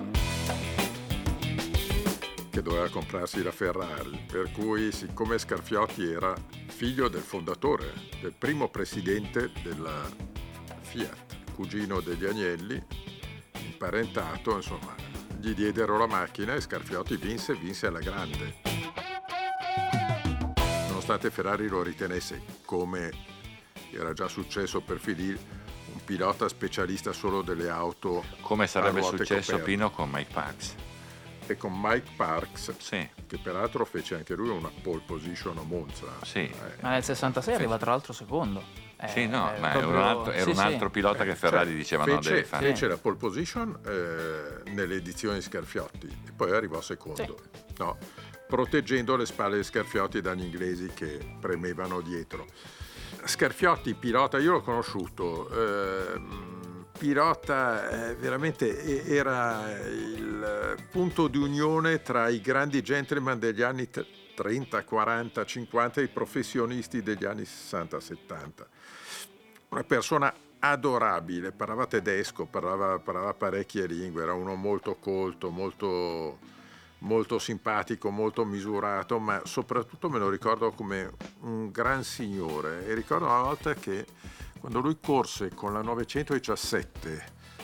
che doveva comprarsi la Ferrari, per cui siccome Scarfiotti era figlio del fondatore, del primo presidente della Fiat, cugino degli Agnelli, imparentato, insomma, gli diedero la macchina e Scarfiotti vinse, vinse alla grande. nonostante Ferrari lo ritenesse, come era già successo per Philippe, un pilota specialista solo delle auto come a sarebbe ruote successo coperte. Pino con Mike Parks. E con Mike Parks, Sì, che peraltro fece anche lui una pole position a Monza. sì. Eh, Ma nel sessantasei Sì. arriva tra l'altro secondo. Eh, Sì, no, è ma era un proprio- altro, era sì, un sì. altro pilota che Ferrari Cioè, diceva no, fece, devi fare. fece la pole position eh, nelle edizioni Scarfiotti e poi arrivò secondo, no? Proteggendo le spalle di Scarfiotti dagli inglesi che premevano dietro. Scarfiotti, pilota, io l'ho conosciuto, ehm, pilota eh, veramente e- era il punto di unione tra i grandi gentleman degli anni t- trenta, quaranta, cinquanta e i professionisti degli anni sessanta, settanta. Una persona adorabile, parlava tedesco, parlava, parlava parecchie lingue, era uno molto colto, molto, molto simpatico, molto misurato, ma soprattutto me lo ricordo come un gran signore. E ricordo una volta che quando lui corse con la novecentodiciassette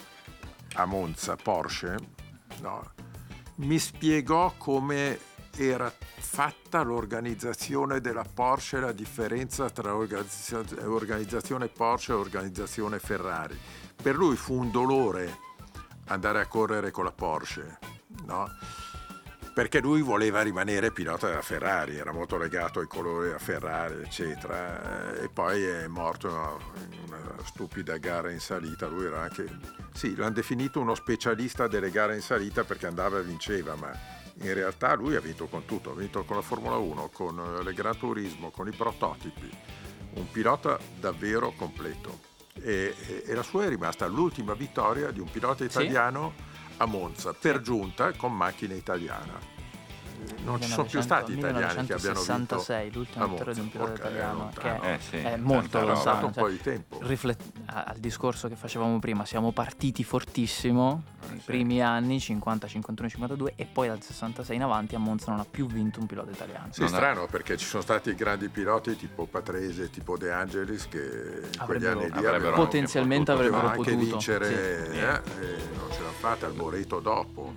a Monza, Porsche, no, mi spiegò come era fatta l'organizzazione della Porsche, la differenza tra organizza- organizzazione Porsche e organizzazione Ferrari. Per lui fu un dolore andare a correre con la Porsche, no? Perché lui voleva rimanere pilota della Ferrari, era molto legato ai colori della Ferrari, eccetera, e poi è morto in una stupida gara in salita. Lui era anche, sì, l'hanno definito uno specialista delle gare in salita perché andava e vinceva, ma in realtà lui ha vinto con tutto, ha vinto con la Formula uno, con il Gran Turismo, con i prototipi, un pilota davvero completo. E, e- e la sua è rimasta l'ultima vittoria di un pilota italiano a Monza, per giunta con macchina italiana. Non ci sono più stati italiani che abbiano vinto millenovecentosessantasei, l'ultima a vittoria di un Monza. pilota Porca, è italiano, lontano. che Eh, sì, è molto tanta roba. È passato lontano. un po' di tempo. Riflet- al discorso che facevamo prima, siamo partiti fortissimo nei sì. primi anni, cinquanta, cinquantuno, cinquantadue, e poi dal sessantasei in avanti a Monza non ha più vinto un pilota italiano. Sì, Non è- strano, perché ci sono stati grandi piloti tipo Patrese, tipo De Angelis, che in quegli Avrebbero- anni lì avrebbero avevano- potenzialmente potevano avrebbero anche potuto, vincere, sì. eh, e non ce l'hanno fatta, il Moreto dopo.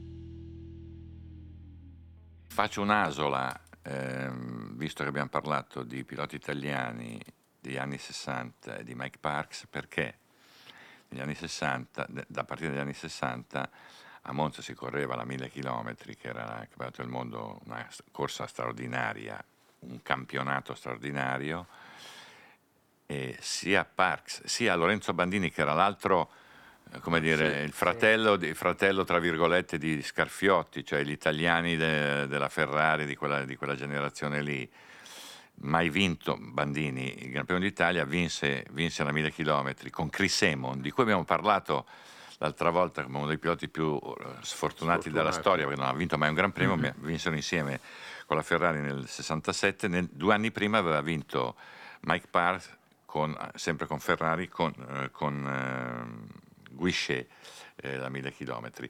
Faccio un'asola, ehm, visto che abbiamo parlato di piloti italiani degli anni sessanta e di Mike Parks, perché negli anni sessanta, de- da partire dagli anni sessanta, a Monza si correva la mille chilometri, che era il campionato del mondo, una s- corsa straordinaria, un campionato straordinario, e sia Parks sia Lorenzo Bandini, che era l'altro, eh, come dire, Sì, il fratello, di, fratello tra virgolette di Scarfiotti, cioè gli italiani de- della Ferrari di quella, di quella generazione lì. Mai vinto Bandini il Gran Premio d'Italia, vinse, vinse la mille chilometri con Chris Amon, di cui abbiamo parlato l'altra volta come uno dei piloti più eh, sfortunati della Sfortunati. storia, perché non ha vinto mai un Gran Premio. Mm-hmm. Vinsero insieme con la Ferrari nel sessantasette. Nel, due anni prima aveva vinto Mike Parks, con, sempre con Ferrari, con, eh, con eh, Guichet, eh, la mille chilometri.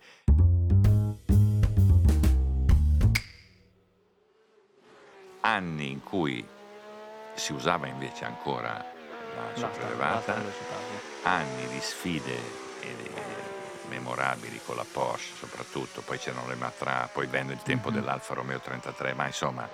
Anni in cui si usava invece ancora la sopraelevata, anni di sfide e di memorabili con la Porsche soprattutto, poi c'erano le Matra, poi venne il tempo mm-hmm. dell'Alfa Romeo trentatré, ma insomma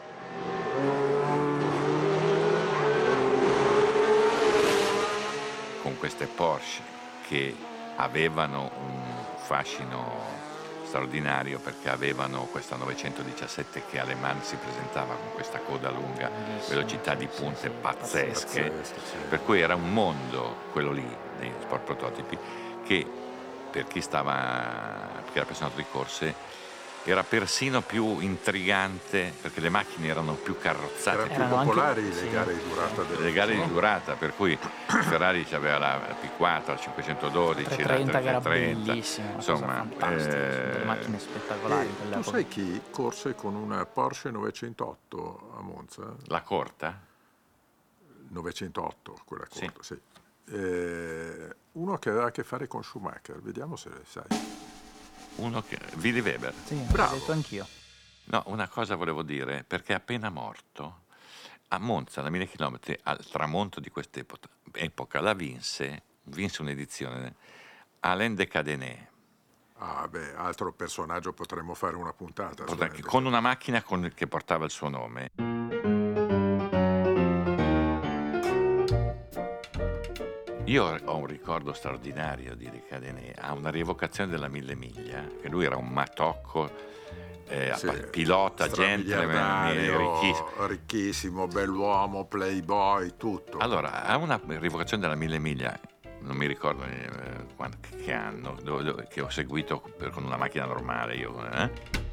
con queste Porsche che avevano un fascino straordinario, perché avevano questa novecentodiciassette che alle Mans si presentava con questa coda lunga, velocità di punte pazzesche, per cui era un mondo quello lì dei sport prototipi che per chi stava, per chi era appassionato di corse, era persino più intrigante, perché le macchine erano più carrozzate, erano più Erano popolari anche- le sì. gare di durata delle le gare di durata, per cui Ferrari aveva la P quattro, la cinquecentododici, la trecentotrenta che era trecentotrenta, bellissima, una insomma, cosa fantastica, eh, sono delle macchine spettacolari E in tu quell'epoca. sai chi corse con una Porsche novecentotto a Monza? la corta? novecentotto, quella Sì. corta, sì. Eh, uno che aveva a che fare con Schumacher, vediamo se sai. Uno che, Willy Weber. Sì, Bravo. l'ho detto anch'io. No, una cosa volevo dire, perché appena morto, a Monza, la mille chilometri, al tramonto di quest'epoca, la vinse, vinse un'edizione, Alain de Cadenet, Ah, beh, altro personaggio, potremmo fare una puntata. su Alain con de- una macchina con- che portava il suo nome. Io ho un ricordo straordinario di De Cadenet, ha una rievocazione della Mille Miglia, che lui era un matocco, eh, Sì, pilota, gentleman, ricchissimo. ricchissimo, bell'uomo, playboy, tutto. Allora, ha una rievocazione della Mille Miglia, non mi ricordo eh, quando, che anno, dove, dove, che ho seguito per, con una macchina normale io, eh?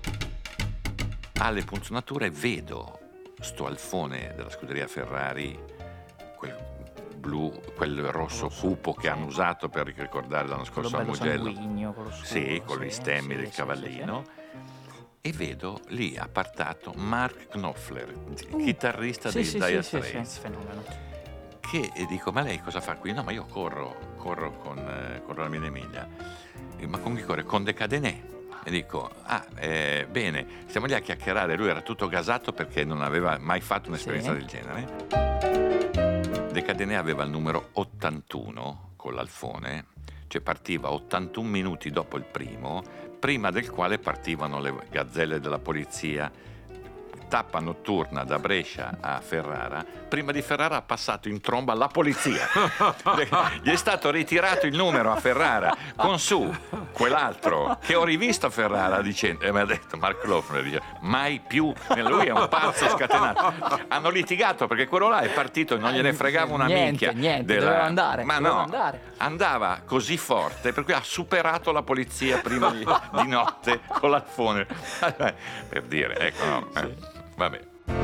Alle punzonature vedo sto alfone della scuderia Ferrari, quel blu, quel rosso, rosso cupo che sì. hanno usato per ricordare l'anno scorso al Mugello. Con lo sì, con sì, gli stemmi sì, del sì, cavallino. Sì, sì. E vedo lì appartato Mark Knopfler, uh, chitarrista sì, dei sì, Dire sì, Straits. Sì, fenomeno. Che e dico, ma lei cosa fa qui? No, ma io corro, corro con eh, corro la Mille Miglia. E, ma con chi corre? Con De Cadenet. E dico, ah, eh, bene, stiamo lì a chiacchierare. Lui era tutto gasato perché non aveva mai fatto un'esperienza sì. del genere. De Cadenet aveva il numero ottantuno con l'alfone, cioè partiva ottantuno minuti dopo il primo, prima del quale partivano le gazzelle della polizia. Tappa notturna da Brescia a Ferrara. Prima di Ferrara ha passato in tromba la polizia. Gli è stato ritirato il numero a Ferrara con su quell'altro che ho rivisto a Ferrara dicendo, e mi ha detto Mark Knopfler, dice, mai più, lui è un pazzo scatenato. Hanno litigato perché quello là è partito e non gliene fregava una niente, minchia niente, della... doveva andare, ma doveva no, andare. Andava così forte per cui ha superato la polizia prima di, di notte con l'alfone. Per dire, ecco, no, eh. Sì. Vabbè.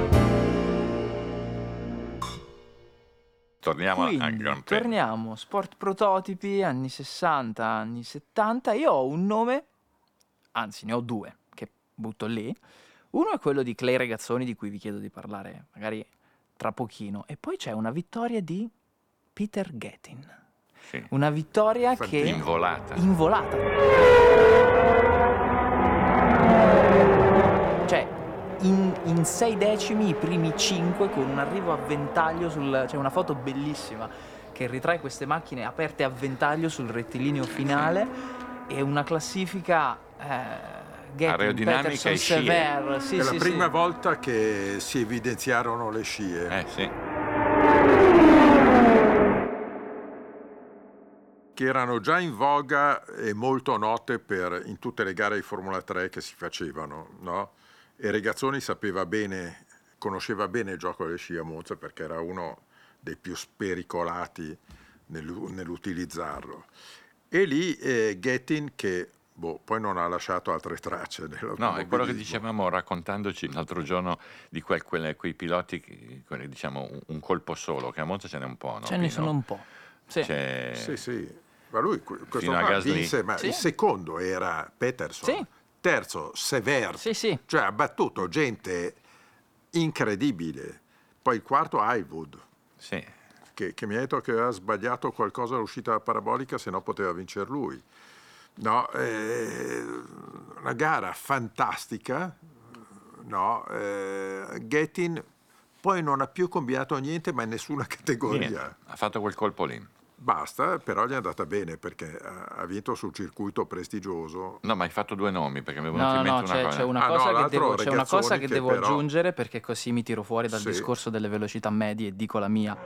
Torniamo Quindi, al Gran Premio. Torniamo, sport prototipi, anni sessanta, anni settanta. Io ho un nome, anzi ne ho due, che butto lì. Uno è quello di Clay Regazzoni, di cui vi chiedo di parlare magari tra pochino. E poi c'è una vittoria di Peter Gettin. Sì. Una vittoria Infatti, che... Involata. Involata. Cioè... In, in sei decimi i primi cinque con un arrivo a ventaglio sul, c'è una foto bellissima che ritrae queste macchine aperte a ventaglio sul rettilineo finale e una classifica eh, Gettin, Peterson, e Sever sì, è sì, la prima sì. volta che si evidenziarono le scie eh sì che erano già in voga e molto note per, in tutte le gare di Formula tre che si facevano, no? E Regazzoni sapeva bene, conosceva bene il gioco delle scie a Monza perché era uno dei più spericolati nell'utilizzarlo. E lì eh, Gettin, che boh, poi non ha lasciato altre tracce nell'automobilismo. No, è quello che dicevamo raccontandoci l'altro giorno di quel, quelle, quei piloti, che, quelli, diciamo un, un colpo solo, che a Monza ce n'è un po', no? Ce ne sono un po'. Sì, C'è... sì, sì. Ma lui questo Fino qua a Gasly. vinse, ma sì. il secondo era Peterson. Sì. Terzo, Sever, sì, sì. cioè ha battuto gente incredibile. Poi il quarto, Highwood, sì. che, che mi ha detto che aveva sbagliato qualcosa all'uscita parabolica, se no poteva vincere lui. No, eh, una gara fantastica, no, eh, Gettin poi non ha più combinato niente, ma in nessuna categoria. Niente. Ha fatto quel colpo lì. Basta, però gli è andata bene perché ha vinto sul circuito prestigioso. No, ma hai fatto due nomi perché mi è venuto no, in mente no, una c'è, cosa. C'è una ah, cosa no, che devo, c'è una cosa che che devo però... aggiungere perché così mi tiro fuori dal sì. discorso delle velocità medie e dico la mia.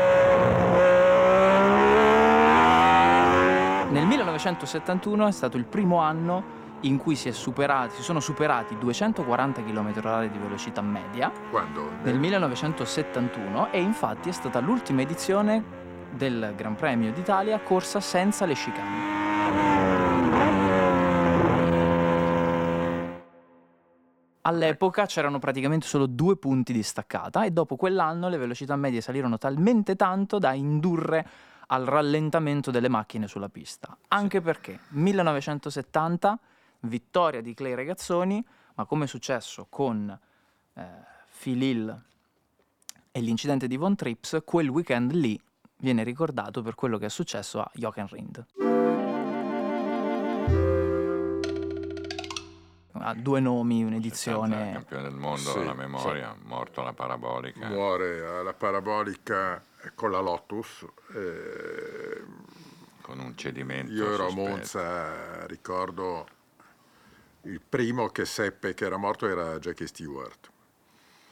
Nel millenovecentosettantuno è stato il primo anno in cui si, è superati, si sono superati duecentoquaranta chilometri orari di velocità media. Quando? Nel millenovecentosettantuno, e infatti è stata l'ultima edizione del Gran Premio d'Italia corsa senza le chicane. All'epoca c'erano praticamente solo due punti di staccata e dopo quell'anno le velocità medie salirono talmente tanto da indurre al rallentamento delle macchine sulla pista. Anche perché millenovecentosettanta, vittoria di Clay Regazzoni, ma come è successo con eh, Phil Hill e l'incidente di Von Trips, quel weekend lì viene ricordato per quello che è successo a Jochen Rindt. Ha due nomi, un'edizione. Campione del mondo sì, alla memoria, sì. morto alla parabolica. Muore alla parabolica con la Lotus. Eh, con un cedimento. Io ero sospetto. a Monza, ricordo il primo che seppe che era morto era Jackie Stewart,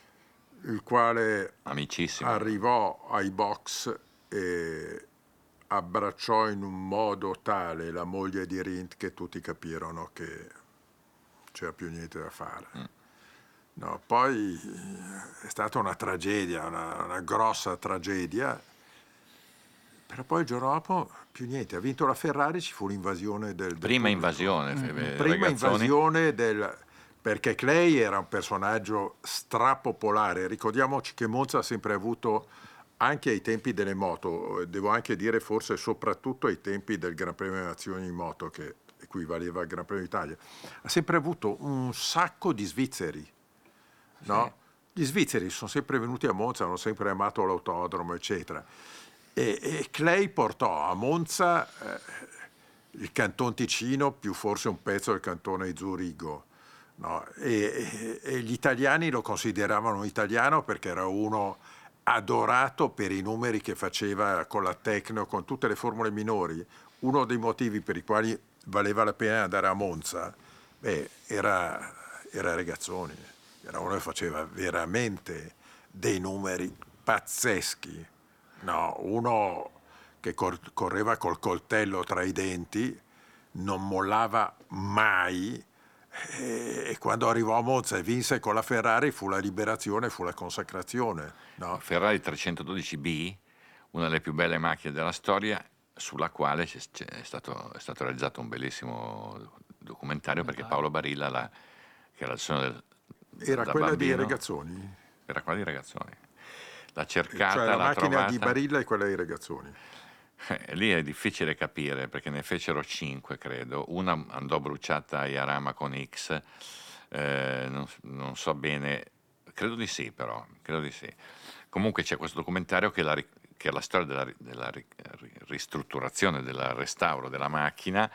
il quale amicissimo arrivò ai box e abbracciò in un modo tale la moglie di Rindt che tutti capirono che c'era più niente da fare. Mm. No, poi è stata una tragedia, una, una grossa tragedia, però poi il giorno dopo più niente, ha vinto la Ferrari, ci fu l'invasione del, del prima pubblico. invasione, mm. prima invasione del, perché Clay era un personaggio strapopolare. Ricordiamoci che Monza ha sempre avuto, anche ai tempi delle moto, devo anche dire forse soprattutto ai tempi del Gran Premio delle Nazioni in moto, che equivaleva al Gran Premio d'Italia, ha sempre avuto un sacco di svizzeri. No? Sì. Gli svizzeri sono sempre venuti a Monza, hanno sempre amato l'autodromo, eccetera. E, e Clay portò a Monza eh, il Canton Ticino più forse un pezzo del Cantone di Zurigo. No? E, e, e gli italiani lo consideravano italiano perché era uno adorato per i numeri che faceva con la Tecno, con tutte le formule minori. Uno dei motivi per i quali valeva la pena andare a Monza, beh, era, era Regazzoni. Era uno che faceva veramente dei numeri pazzeschi. No, uno che cor- correva col coltello tra i denti, non mollava mai, e, e quando arrivò a Monza e vinse con la Ferrari fu la liberazione, fu la consacrazione. No? Ferrari trecentododici B, una delle più belle macchine della storia, sulla quale c'è, c'è è, stato, è stato realizzato un bellissimo documentario, perché Paolo Barilla, la, che era il sogno del Era da quella bambino, dei Regazzoni? Era quella dei Ragazzoni. L'ha cercata, cioè la l'ha macchina trovata. di Barilla e quella dei Regazzoni. Eh, lì è difficile capire perché ne fecero cinque, credo. Una andò bruciata a Jarama con X, eh, non, non so bene, credo di sì, però. Credo di sì. Comunque c'è questo documentario che, la, che è la storia della, della ristrutturazione, del restauro della macchina,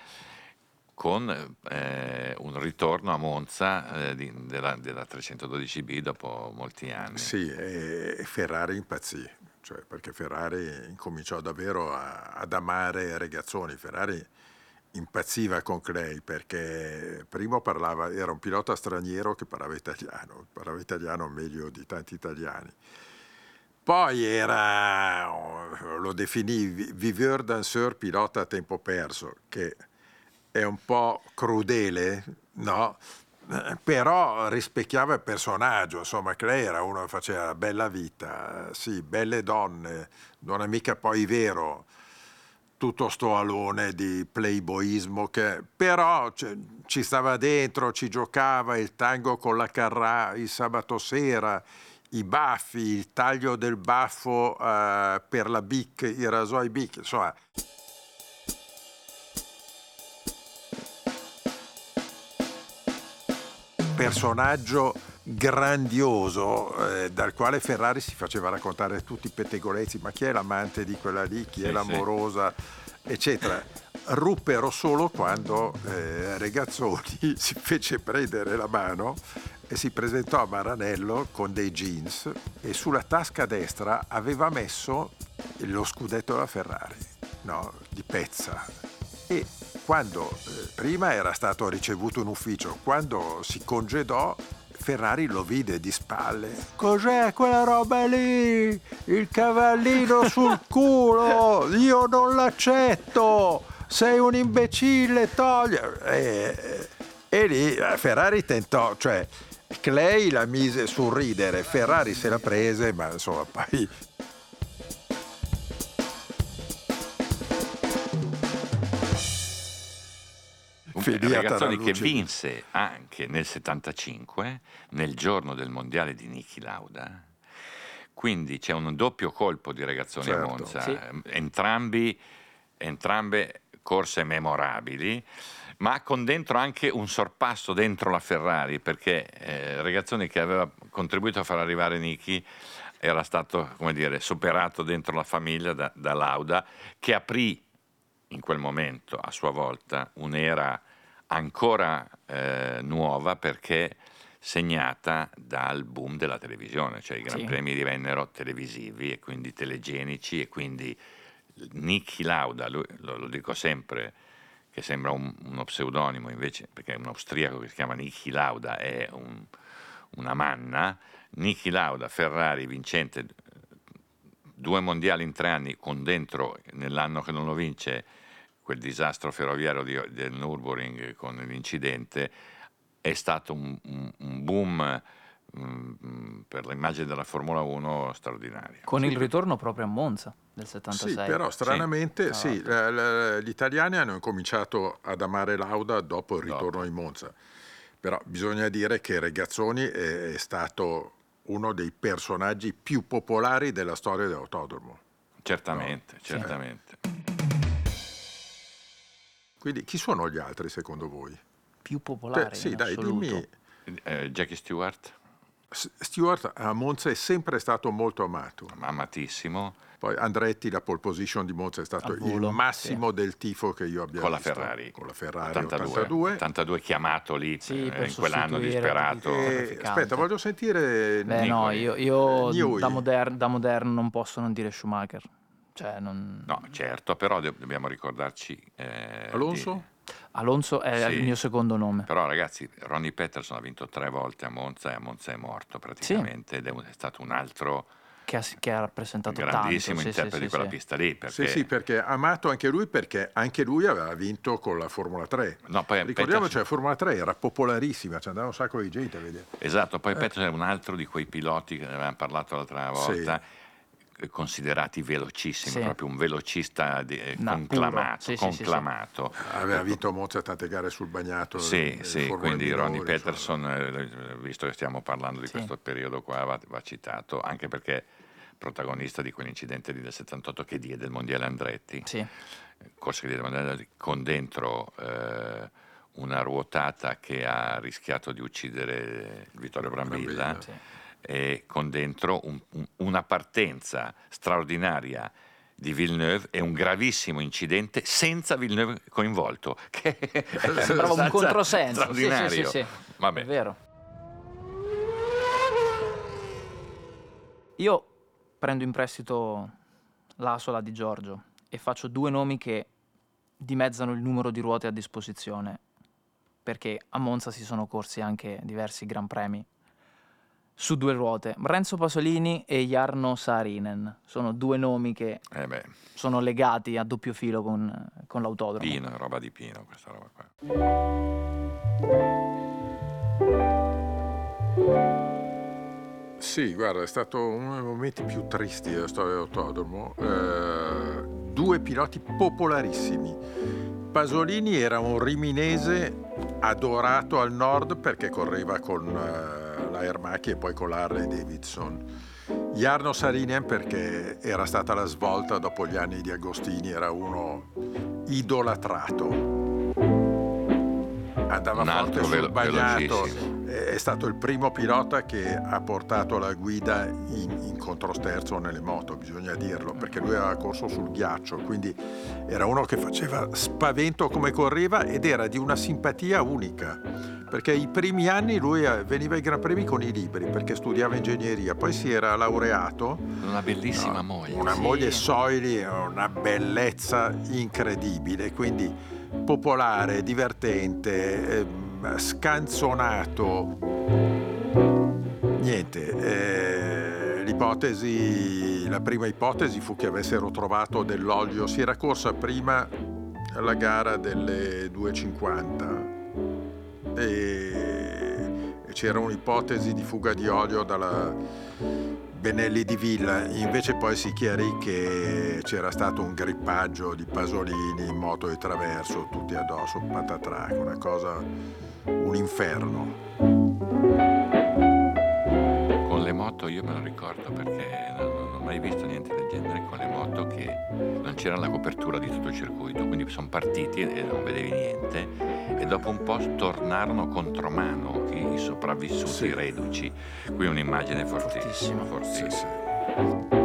con eh, un ritorno a Monza eh, di, della, della trecentododici B dopo molti anni. Sì, e Ferrari impazzì, cioè, perché Ferrari incominciò davvero a, ad amare Regazzoni. Ferrari impazziva con Clay perché prima parlava, era un pilota straniero che parlava italiano, parlava italiano meglio di tanti italiani. Poi era, lo definì viveur danseur, pilota a tempo perso, che è un po' crudele, no? Però rispecchiava il personaggio. Insomma, Clay era uno che faceva bella vita, sì, belle donne, non è mica poi vero tutto sto alone di playboyismo, che però cioè, ci stava dentro, ci giocava il tango con la Carrà il sabato sera, i baffi, il taglio del baffo uh, per la Bic, i rasoi Bic, insomma. Personaggio grandioso eh, dal quale Ferrari si faceva raccontare tutti i pettegolezzi, ma chi è l'amante di quella lì, chi sì, è l'amorosa, sì. eccetera. Ruppero solo quando eh, Regazzoni si fece prendere la mano e si presentò a Maranello con dei jeans e sulla tasca destra aveva messo lo scudetto della Ferrari, no, di pezza. E quando eh, prima era stato ricevuto in ufficio, quando si congedò, Ferrari lo vide di spalle. Cos'è quella roba lì? Il cavallino sul culo! Io non l'accetto! Sei un imbecille, togli! E, e lì Ferrari tentò, cioè Clay la mise sul ridere, Ferrari se la prese, ma insomma poi... Regazzoni che vinse anche nel settantacinque, nel giorno del mondiale di Niki Lauda, quindi c'è un doppio colpo di Regazzoni certo. a Monza, sì. entrambi, entrambe corse memorabili, ma con dentro anche un sorpasso dentro la Ferrari, perché eh, Regazzoni, che aveva contribuito a far arrivare Niki, era stato, come dire, superato dentro la famiglia da, da Lauda, che aprì in quel momento a sua volta un'era ancora eh, nuova, perché segnata dal boom della televisione, cioè i Gran sì. Premi divennero televisivi e quindi telegenici, e quindi Niki Lauda, lui, lo, lo dico sempre che sembra un, uno pseudonimo, invece perché è un austriaco che si chiama Niki Lauda, è un, una manna. Niki Lauda, Ferrari vincente due mondiali in tre anni, con dentro, nell'anno che non lo vince, quel disastro ferroviario di, del Nürburgring con l'incidente, è stato un, un, un boom mh, per l'immagine della Formula uno straordinaria. Con Sì. il ritorno proprio a Monza del settantasei. Sì, però stranamente Sì. sì, la- la- gli italiani hanno incominciato ad amare Lauda dopo il ritorno Dopo. in Monza. Però bisogna dire che Regazzoni è, è stato uno dei personaggi più popolari della storia dell'autodromo. Certamente, No. certamente. Quindi chi sono gli altri secondo voi? Più popolare Te- sì, in dai, assoluto. dimmi. Eh, Jackie Stewart, S- Stewart a Monza è sempre stato molto amato. amatissimo, Poi Andretti, la pole position di Monza è stato Al il volo, massimo del tifo che io abbia con la visto. Ferrari. Con la Ferrari ottantadue. ottantadue. ottantadue chiamato lì Sì, eh, per in quell'anno sostituire disperato. tutti. E, Terrificante. aspetta, voglio sentire Beh, Nico, no, io, io Newey. da, moder- da moderno non posso non dire Schumacher. Cioè, non... No, certo, però do- dobbiamo ricordarci... eh, Alonso? di- Alonso è Sì. il mio secondo nome. Però ragazzi, Ronnie Peterson ha vinto tre volte a Monza e a Monza è morto praticamente ed è, un- è stato un altro Che ha, che ha rappresentato grandissimo tanto. Sì, interprete sì, di sì, quella sì. pista lì. Perché... Sì, sì, perché ha amato anche lui, perché anche lui aveva vinto con la Formula tre. No, poi Ricordiamoci, Peterson- la Formula tre era popolarissima, ci andava un sacco di gente a vedere. Esatto, Eh. poi Peterson è un altro di quei piloti che ne avevamo parlato l'altra volta, eh, considerati velocissimi, Sì. proprio un velocista di- eh, No, conclamato. puro. Sì, sì, sì, sì. conclamato. Aveva vinto a Monza tante gare sul bagnato. Sì, nelle sì, Formule quindi minori, Ronnie insomma. Peterson, eh, visto che stiamo parlando di Sì. questo periodo qua, va, va citato, anche perché protagonista di quell'incidente lì del settantotto che diede il mondiale Andretti, Sì. corsa che diede il mondiale Andretti, con dentro eh, una ruotata che ha rischiato di uccidere Vittorio Brambilla, Brambilla. Sì. e con dentro un- un- una partenza straordinaria di Villeneuve e un gravissimo incidente senza Villeneuve coinvolto, che Sembrava un è controsenso. Sì, sì, sì, straordinario. sì. Vabbè. È vero. Io prendo in prestito l'Asola di Giorgio e faccio due nomi che dimezzano il numero di ruote a disposizione, perché a Monza si sono corsi anche diversi Gran Premi su due ruote. Renzo Pasolini e Jarno Saarinen sono due nomi che Eh beh, sono legati a doppio filo con, con l'autodromo. Pino, roba di Pino questa roba qua. Sì, guarda, è stato uno dei momenti più tristi della storia dell'autodromo. Eh, due piloti popolarissimi. Pasolini era un riminese adorato al nord perché correva con eh, la Ermacchi e poi con la Harley Davidson. Jarno Saarinen perché era stata la svolta dopo gli anni di Agostini, era uno idolatrato. Andava Un altro forte sul velo- bagnato, velocissimo. è stato il primo pilota che ha portato la guida in, in controsterzo nelle moto, bisogna dirlo, perché lui aveva corso sul ghiaccio, quindi era uno che faceva spavento come correva ed era di una simpatia unica, perché i primi anni lui veniva ai Gran Premi con i libri perché studiava ingegneria, poi si era laureato. Una bellissima No, moglie. Una Sì. moglie Soili, una bellezza incredibile, quindi popolare, divertente, ehm, scanzonato. Niente, eh, l'ipotesi, la prima ipotesi fu che avessero trovato dell'olio, si era corsa prima alla gara delle due cinquanta e, e c'era un'ipotesi di fuga di olio dalla Benelli di Villa, invece poi si chiarì che c'era stato un grippaggio di Pasolini in moto di traverso, tutti addosso, patatrac, una cosa, un inferno. Con le moto io me lo ricordo perché non, non ho mai visto niente del genere con le moto, che non c'era la copertura di tutto il circuito, quindi sono partiti e non vedevi niente e dopo un po' tornarono contromano i sopravvissuti, Sì. i reduci. Qui un'immagine fortissima, Fortissimo. Sì, fortissima. sì.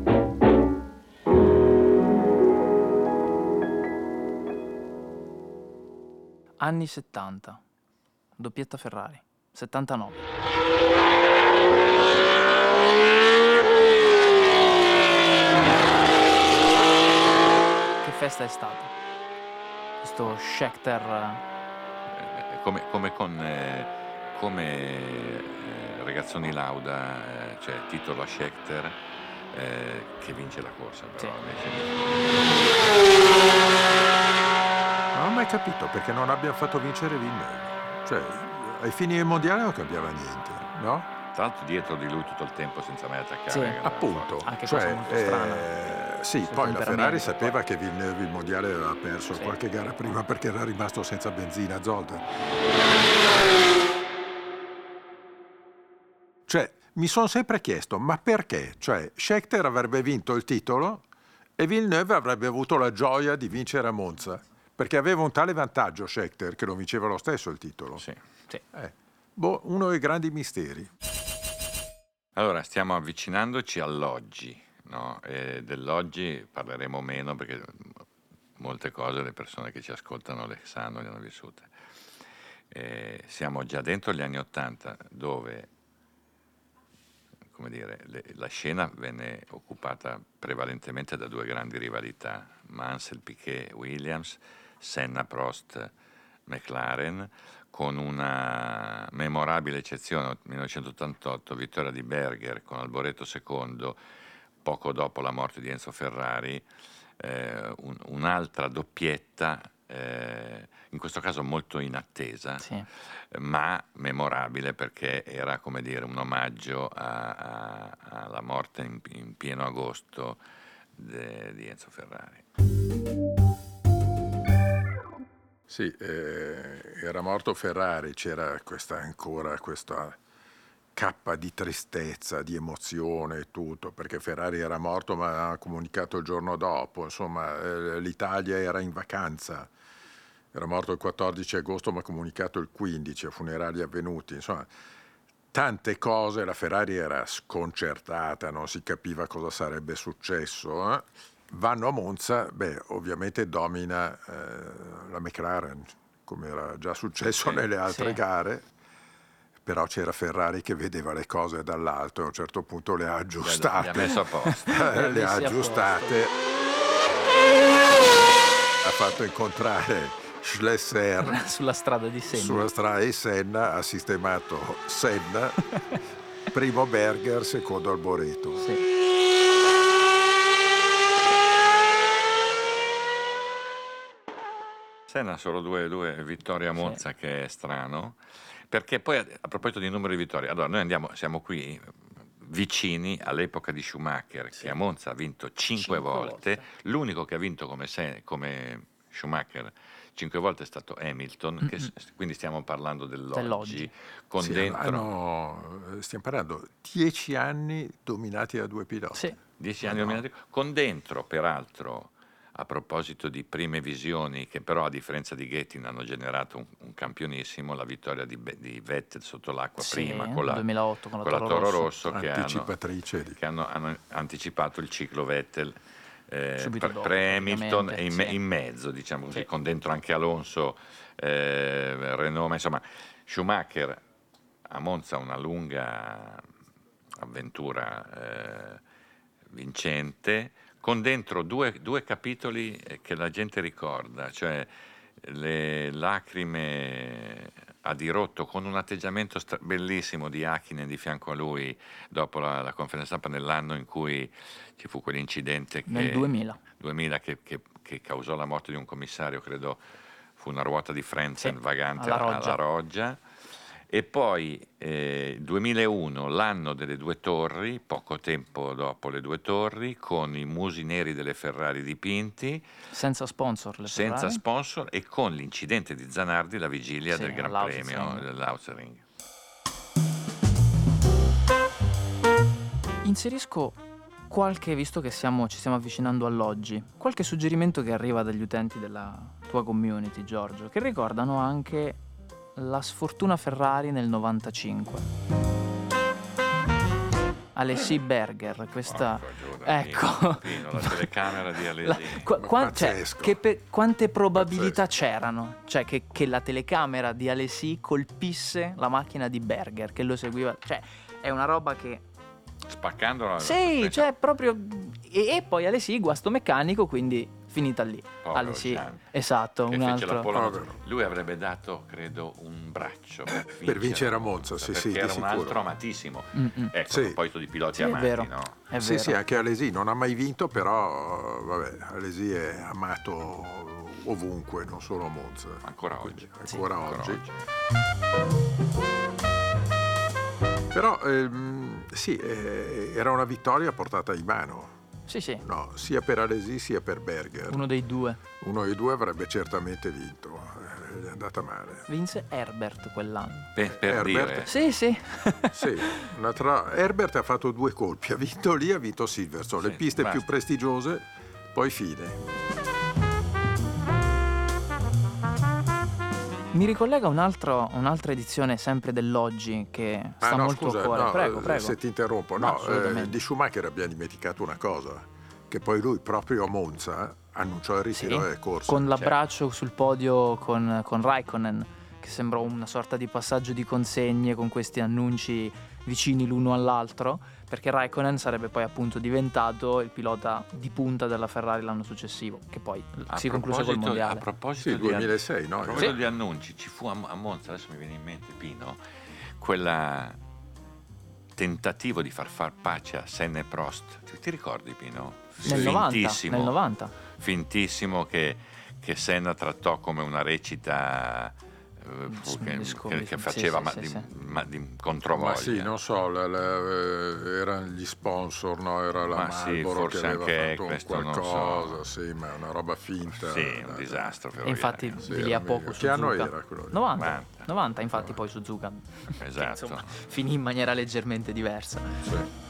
Anni settanta, doppietta Ferrari, settantanove. Che festa è stata? Questo Scheckter, Eh, Come, come con eh, come eh, Ragazzoni Lauda, eh, cioè titolo a Scheckter, eh, che vince la corsa, però Sì. Non ho mai capito perché non abbiamo fatto vincere Villeneuve. Cioè, ai fini del mondiale non cambiava niente, no? Tra l'altro dietro di lui tutto il tempo senza mai attaccare. Sì. che era Appunto. forte. Anche cioè, cosa molto strana. eh, sì, Sul poi la temperamento. Ferrari sapeva che Villeneuve il mondiale aveva perso Sì. qualche gara prima perché era rimasto senza benzina a Zolder. Cioè, mi sono sempre chiesto, ma perché? Cioè, Scheckter avrebbe vinto il titolo e Villeneuve avrebbe avuto la gioia di vincere a Monza, perché aveva un tale vantaggio Scheckter che lo vinceva lo stesso il titolo. Sì. Sì. Eh, boh, uno dei grandi misteri. Allora, stiamo avvicinandoci all'oggi, no? E dell'oggi parleremo meno perché molte cose le persone che ci ascoltano le sanno, le hanno vissute. E siamo già dentro gli anni Ottanta, dove, come dire, le- la scena venne occupata prevalentemente da due grandi rivalità, Mansell, Piquet, Williams, Senna, Prost, McLaren, con una memorabile eccezione, millenovecentottantotto, vittoria di Berger con Alboreto secondo, poco dopo la morte di Enzo Ferrari, eh, un- un'altra doppietta, eh, in questo caso molto inattesa, Sì. ma memorabile perché era, come dire, un omaggio a- a- alla morte in, in pieno agosto de- di Enzo Ferrari. Sì, eh, era morto Ferrari, c'era questa ancora questa cappa di tristezza, di emozione e tutto, perché Ferrari era morto ma ha comunicato il giorno dopo, insomma, eh, l'Italia era in vacanza, era morto il quattordici agosto ma ha comunicato il quindici, a funerali avvenuti, insomma, tante cose, la Ferrari era sconcertata, non si capiva cosa sarebbe successo, eh? Vanno a Monza, beh, ovviamente domina eh, la McLaren, come era già successo Sì, nelle altre sì. gare, però c'era Ferrari che vedeva le cose dall'alto e a un certo punto le ha Li ha- aggiustate. li ha messo a posto. Li ha le ha messi a aggiustate. Ha fatto incontrare Schlesser Sulla strada di Senna. sulla strada di Senna, ha sistemato Senna, primo Berger, secondo Alboreto. Sì. Senna ha solo due, due vittorie a Monza, che è strano, perché poi a, a proposito di numero di vittorie, allora noi andiamo, siamo qui eh, vicini all'epoca di Schumacher, che a Monza ha vinto cinque, Cinque volte. volte. L'unico che ha vinto come, se- come Schumacher cinque volte è stato Hamilton, che s- quindi stiamo parlando dell'oggi, Dell'oggi. con Sì, dentro hanno- stiamo parlando dieci anni dominati da due piloti. Sì. dieci Ma anni no. dominati, con dentro peraltro, a proposito di prime visioni, che però a differenza di Ghettin hanno generato un, un campionissimo, la vittoria di, Be- di Vettel sotto l'acqua Sì, prima con la, duemilaotto con la con la Toro Toro Rosso. Rosso, che, hanno, Anticipatrice di... che hanno, hanno anticipato il ciclo Vettel eh, Subito pre- dopo, pre-Hamilton e praticamente, in, sì. in mezzo, diciamo così, Sì. con dentro anche Alonso, eh, Renault, ma insomma Schumacher a Monza una lunga avventura eh, vincente, con dentro due, due capitoli eh, che la gente ricorda, cioè le lacrime a dirotto, con un atteggiamento stra- bellissimo di Hakkinen di fianco a lui dopo la, la conferenza stampa nell'anno in cui ci fu quell'incidente che, Nel duemila. duemila che, che- che causò la morte di un commissario, credo fu una ruota di Frentzen Sì, vagante alla alla Roggia. Roggia. E poi eh, duemilauno, l'anno delle due torri, poco tempo dopo le due torri, con i musi neri delle Ferrari dipinti, Senza sponsor le senza Ferrari. sponsor, e con l'incidente di Zanardi la vigilia Sì, del Gran all'Ausering. Premio dell'Ausering. Inserisco qualche, visto che siamo, ci stiamo avvicinando all'oggi, qualche suggerimento che arriva dagli utenti della tua community, Giorgio, che ricordano anche la sfortuna Ferrari nel novantacinque. Alessi Berger, questa... Porco Giuda, ecco. Pino, Pino, la telecamera di La- Alesi. qua- Ma qua- cioè, pazzesco. che pe- quante probabilità Pazzesco. c'erano? Cioè che, che la telecamera di Alesi colpisse la macchina di Berger che lo seguiva. Cioè è una roba che... Spaccandolo alla Sì, sospensione. cioè proprio... E, e poi Alesi guasto meccanico, quindi finita lì. Povero Alesi, Jean, esatto, che un fece la altro. pole. Povero. Lui avrebbe dato, credo, un braccio per vincere, Per vincere a Monza, sì, perché sì, di era un sicuro. altro amatissimo. Mm-mm. Ecco, Sì. a proposito di piloti Sì, è amati, vero. no? È Sì, vero. sì, anche Alesi non ha mai vinto, però vabbè, Alesi è amato ovunque, non solo a Monza. Ancora Quindi, oggi. Ancora Sì, oggi. ancora Però ehm, sì, eh, era una vittoria portata in mano, Sì, sì, no, sia per Alesi sia per Berger. uno dei due. Uno dei due avrebbe certamente vinto, eh, è andata male. Vinse Herbert quell'anno. Per, per Herbert. dire, Sì, sì. Sì, un'altra- Herbert ha fatto due colpi, ha vinto lì, ha vinto Silverstone, le Sì, piste basta. più prestigiose, poi fine. Mi ricollega un altro, un'altra edizione sempre dell'oggi che sta Ah, no, molto scusa, a cuore. no, Prego, eh, prego. se ti interrompo, No, no, assolutamente. eh, di Schumacher abbiamo dimenticato una cosa, che poi lui proprio a Monza annunciò il Sì, ritiro delle corse. con l'abbraccio sul podio con, con Raikkonen, che sembrò una sorta di passaggio di consegne con questi annunci vicini l'uno all'altro, perché Raikkonen sarebbe poi appunto diventato il pilota di punta della Ferrari l'anno successivo, che poi a si concluse col proposito- mondiale. A proposito Sì, di, duemilasei, no? a proposito Sì. di annunci, ci fu a, a Monza, adesso mi viene in mente Pino, quella tentativo di far far pace a Senna e Prost. Ti, ti ricordi, Pino? Nel novanta, Fintissimo, nel novanta. fintissimo che, che Senna trattò come una recita eh, Dis- che, disco- che- che sì, faceva sì, ma sì, di, sì. ma di controvoglia. Ma sì, non so, la- la- eh, erano gli sponsor, no? Era la Ma sì, Marlboro che forse aveva anche fatto un questo, non qualcosa, so. sì, ma è una roba finta. Sì, un da- disastro E infatti ferroviario. Sì, di lì era a poco meglio. Suzuka. Che anno era quello lì? novanta. novanta. novanta, infatti poi Suzuka Esatto. insomma, finì in maniera leggermente diversa. Sì.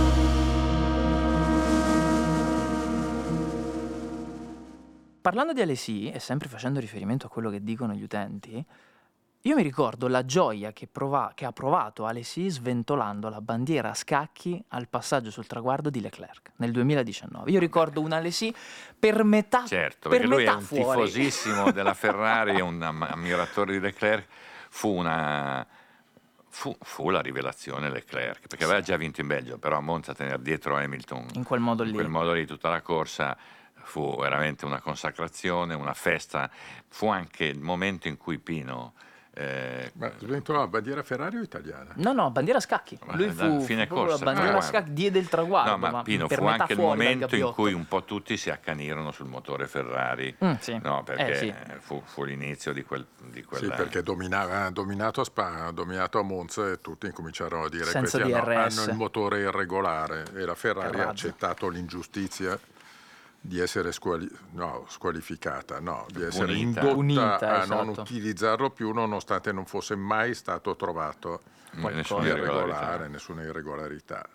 Parlando di Alesi, e sempre facendo riferimento a quello che dicono gli utenti, io mi ricordo la gioia che, prova- che ha provato Alesi sventolando la bandiera a scacchi al passaggio sul traguardo di Leclerc nel duemiladiciannove. Io ricordo un Alesi per metà, Certo, per perché lui è metà un fuori. tifosissimo della Ferrari, è un am- ammiratore di Leclerc. Fu una fu, fu la rivelazione Leclerc, perché aveva già vinto in Belgio, però a Monza tenere dietro Hamilton In quel modo in lì. quel modo lì tutta la corsa fu veramente una consacrazione, una festa. Fu anche il momento in cui Pino eh, Ma sventolò la bandiera Ferrari o italiana? No, no, bandiera a scacchi. Ma Lui da fu, fine fu proprio corsa, la bandiera a traguardo. scacchi, diede il traguardo, No, ma Pino per fu metà anche il fuori dal momento in gabbiotto. cui un po' tutti si accanirono sul motore Ferrari. Mm, sì. No, perché Eh, sì. fu, fu l'inizio di, quel, di Sì, quella... perché dominava, ha dominato a Spa, ha dominato a Monza e tutti incominciarono a dire Senza questi hanno, D R S. hanno il motore irregolare e la Ferrari Che ha razzo. accettato l'ingiustizia di essere squali- no, squalificata, no, di essere Punita. indotta Punita, a non esatto. utilizzarlo più nonostante non fosse mai stato trovato Qualcosa. nessuna irregolare, irregolarità. nessuna irregolarità.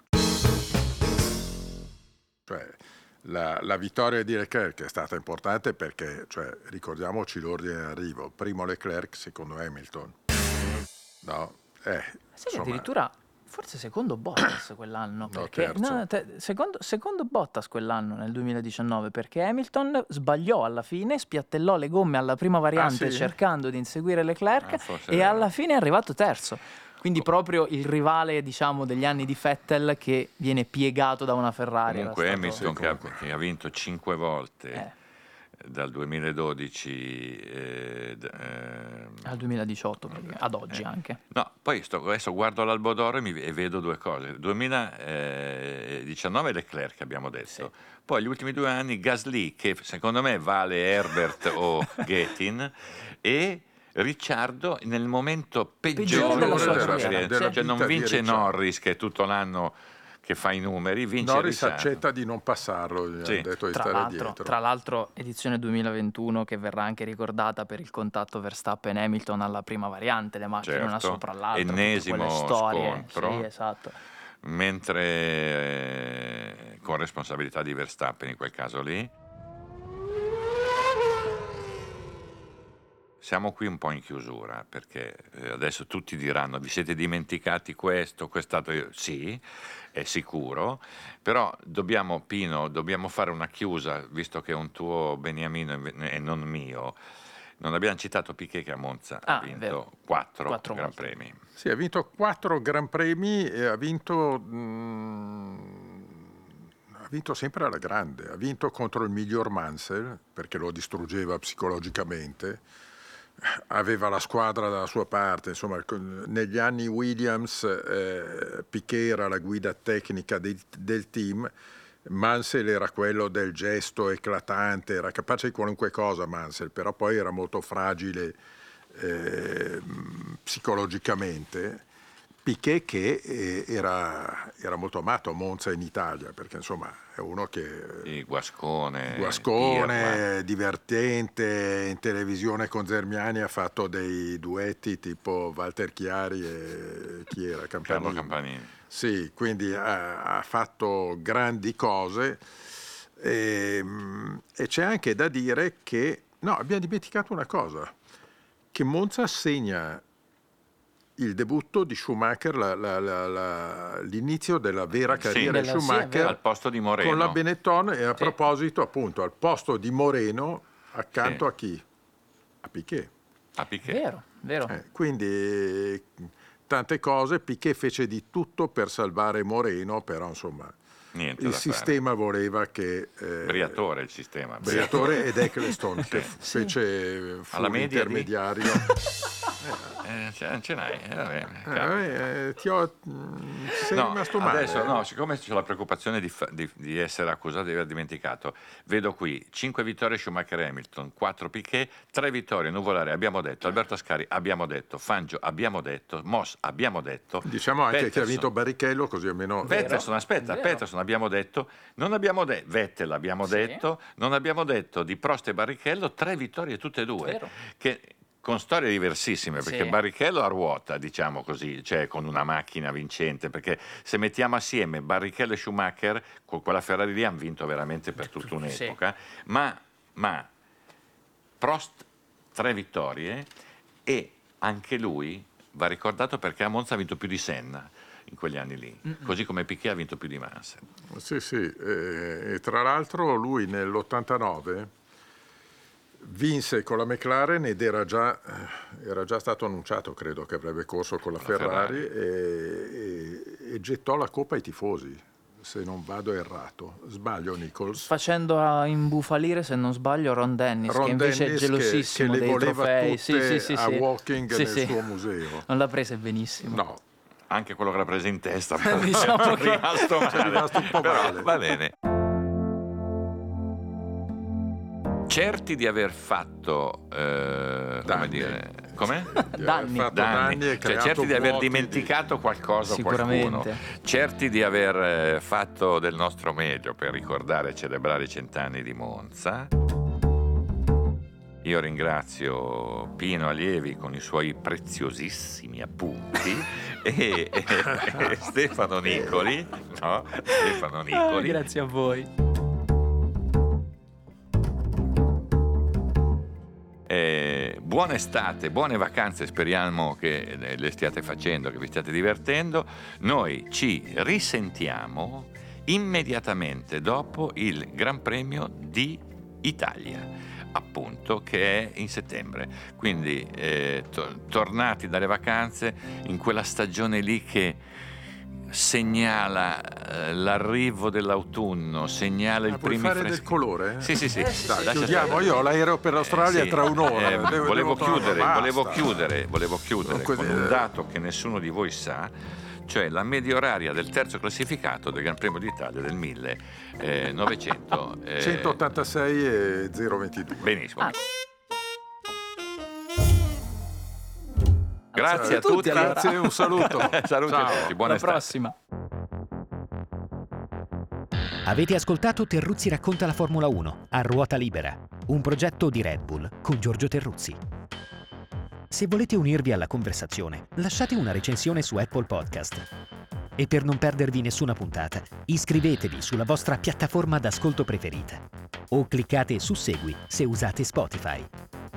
Cioè, la, la vittoria di Leclerc è stata importante perché, cioè, ricordiamoci l'ordine in arrivo, primo Leclerc, secondo Hamilton. No? Eh, Sai che insomma, addirittura forse secondo Bottas quell'anno, No, perché terzo. no, te- secondo, secondo Bottas quell'anno nel duemiladiciannove, perché Hamilton sbagliò alla fine, spiattellò le gomme alla prima variante Ah, sì? cercando di inseguire Leclerc Ah, forse e è vero. alla fine è arrivato terzo. Quindi proprio il rivale, diciamo, degli anni di Vettel che viene piegato da una Ferrari. era Comunque stato- Hamilton Sì, che, ha, comunque. che ha vinto cinque volte Eh, dal duemiladodici eh, d- ehm, al duemiladiciotto, praticamente, ad oggi eh, anche. No, poi sto- adesso guardo l'Albodoro e, mi- e vedo due cose. duemiladiciannove Leclerc abbiamo detto, poi gli ultimi due anni Gasly che secondo me vale Herbert o Gethin e Ricciardo nel momento peggiore della sua della carriera, carriera. sì. Cioè non vita di vince Ricciardo. Norris che è tutto l'anno che fa i numeri, vince Norris Ricciardo. accetta di non passarlo, gli Sì. hanno detto di Tra stare l'altro, dietro. tra l'altro, edizione duemilaventuno che verrà anche ricordata per il contatto Verstappen-Hamilton alla prima variante, le macchine una Certo. sopra l'altra, tutte Ennesimo quelle storie. scontro. Sì, esatto. Mentre eh, con responsabilità di Verstappen in quel caso lì. Siamo qui un po' in chiusura perché eh, adesso tutti diranno vi siete dimenticati questo, quest'altro. Io, sì, è sicuro, però dobbiamo, Pino, dobbiamo fare una chiusa, visto che è un tuo beniamino e e non mio. Non abbiamo citato Piquet che a Monza Ah, ha è vinto vero. quattro, Quattro Gran volte. Premi. Sì, ha vinto quattro Gran Premi e ha vinto, mh, ha vinto sempre alla grande, ha vinto contro il miglior Mansell perché lo distruggeva psicologicamente, aveva la squadra dalla sua parte, insomma negli anni Williams eh, Piquet era la guida tecnica dei, del team, Mansell era quello del gesto eclatante, era capace di qualunque cosa Mansell, però poi era molto fragile eh, psicologicamente. Piquet che eh, era, era molto amato a Monza in Italia, perché insomma è uno che... Sì, Guascone. Guascone, Irma. divertente, in televisione con Zermiani ha fatto dei duetti tipo Walter Chiari e chi era? Campanini. Carlo Campanini. Sì, quindi ha, ha fatto grandi cose e, e c'è anche da dire che, no, abbiamo dimenticato una cosa, che Monza segna il debutto di Schumacher, la, la, la, la, l'inizio della vera carriera sì, di della, Schumacher sì, al posto di Moreno. con la Benetton e a sì. proposito appunto al posto di Moreno accanto sì. a chi? A Piquet. A Piquet. Vero, vero. Eh, quindi tante cose, Piquet fece di tutto per salvare Moreno, però insomma Niente il da sistema fare. voleva che... Eh, Briatore il sistema. Briatore ed Eccleston che sì. fece fu alla media l'intermediario. Di... Eh, ce, ce n'hai, eh, vabbè, eh, ti ho, sei no, rimasto male. Adesso, no, siccome c'ho la preoccupazione di, fa, di, di essere accusato di aver dimenticato, vedo qui cinque vittorie Schumacher e Hamilton, quattro Piquet, tre vittorie Nuvolari, abbiamo detto, Alberto Ascari abbiamo detto, Fangio abbiamo detto, Moss abbiamo detto. Diciamo anche Peterson, che ha vinto Barrichello, così almeno... Peterson, aspetta, Vero. Peterson abbiamo detto, non abbiamo detto, Vettel abbiamo Sì. detto, non abbiamo detto di Prost e Barrichello, tre vittorie tutte e due. Vero. Che, con storie diversissime, perché Sì. Barrichello a ruota, diciamo così, cioè con una macchina vincente, perché se mettiamo assieme Barrichello e Schumacher, con quella Ferrari lì hanno vinto veramente per tutta un'epoca, sì. ma, ma Prost tre vittorie e anche lui va ricordato perché a Monza ha vinto più di Senna in quegli anni lì, Mm-mm. così come Piquet ha vinto più di Mansell. Sì, sì, e, e tra l'altro lui nell'ottantanove vinse con la McLaren ed era già, era già stato annunciato, credo, che avrebbe corso con la, la Ferrari, Ferrari. E, e, e gettò la coppa ai tifosi, se non vado errato. Sbaglio, Nichols? Facendo a imbufalire, se non sbaglio, Ron Dennis, Ron che invece Dennis è gelosissimo che, che dei le voleva trofei. Tutte sì, sì, sì, a sì. Woking sì, nel sì. suo museo. Non l'ha presa benissimo. No. Anche quello che l'ha presa in testa, diciamo che è rimasto male. È rimasto un po' Però, male. Va bene. Certi di aver fatto, eh, come dire, come? Di danni, aver fatto danni. danni e Cioè, certi di aver dimenticato di... qualcosa, Sicuramente. qualcuno, certi di aver eh, fatto del nostro meglio per ricordare e celebrare i cent'anni di Monza. Io ringrazio Pino Allievi con i suoi preziosissimi appunti e, e, e Stefano Nicoli, no? Stefano Nicoli. Ah, grazie a voi. Eh, buona estate, buone vacanze, speriamo che le stiate facendo, che vi stiate divertendo. Noi ci risentiamo immediatamente dopo il Gran Premio di Italia, appunto, che è in settembre. Quindi eh, to- tornati dalle vacanze in quella stagione lì che segnala eh, l'arrivo dell'autunno, segnala ah, il primo fare freschi. del colore? Sì, sì, sì. Eh, sì, Dai, sì. chiudiamo, stare. io ho l'aereo per l'Australia Eh, sì. tra un'ora. Eh, devo, volevo, devo chiudere, tornare, volevo basta. chiudere, volevo chiudere Dunque, con un dato che nessuno di voi sa, cioè la media oraria del terzo classificato del Gran Premio d'Italia del millenovecento eh, centottantasei e zero ventidue. Benissimo. Ah. Grazie a tutti, tutti. allora. Grazie, un saluto. Saluti a Ciao. tutti, buona Alla estate. prossima. Avete ascoltato Terruzzi racconta la Formula uno a ruota libera, un progetto di Red Bull con Giorgio Terruzzi. Se volete unirvi alla conversazione, lasciate una recensione su Apple Podcast. E per non perdervi nessuna puntata, iscrivetevi sulla vostra piattaforma d'ascolto preferita o cliccate su Segui se usate Spotify.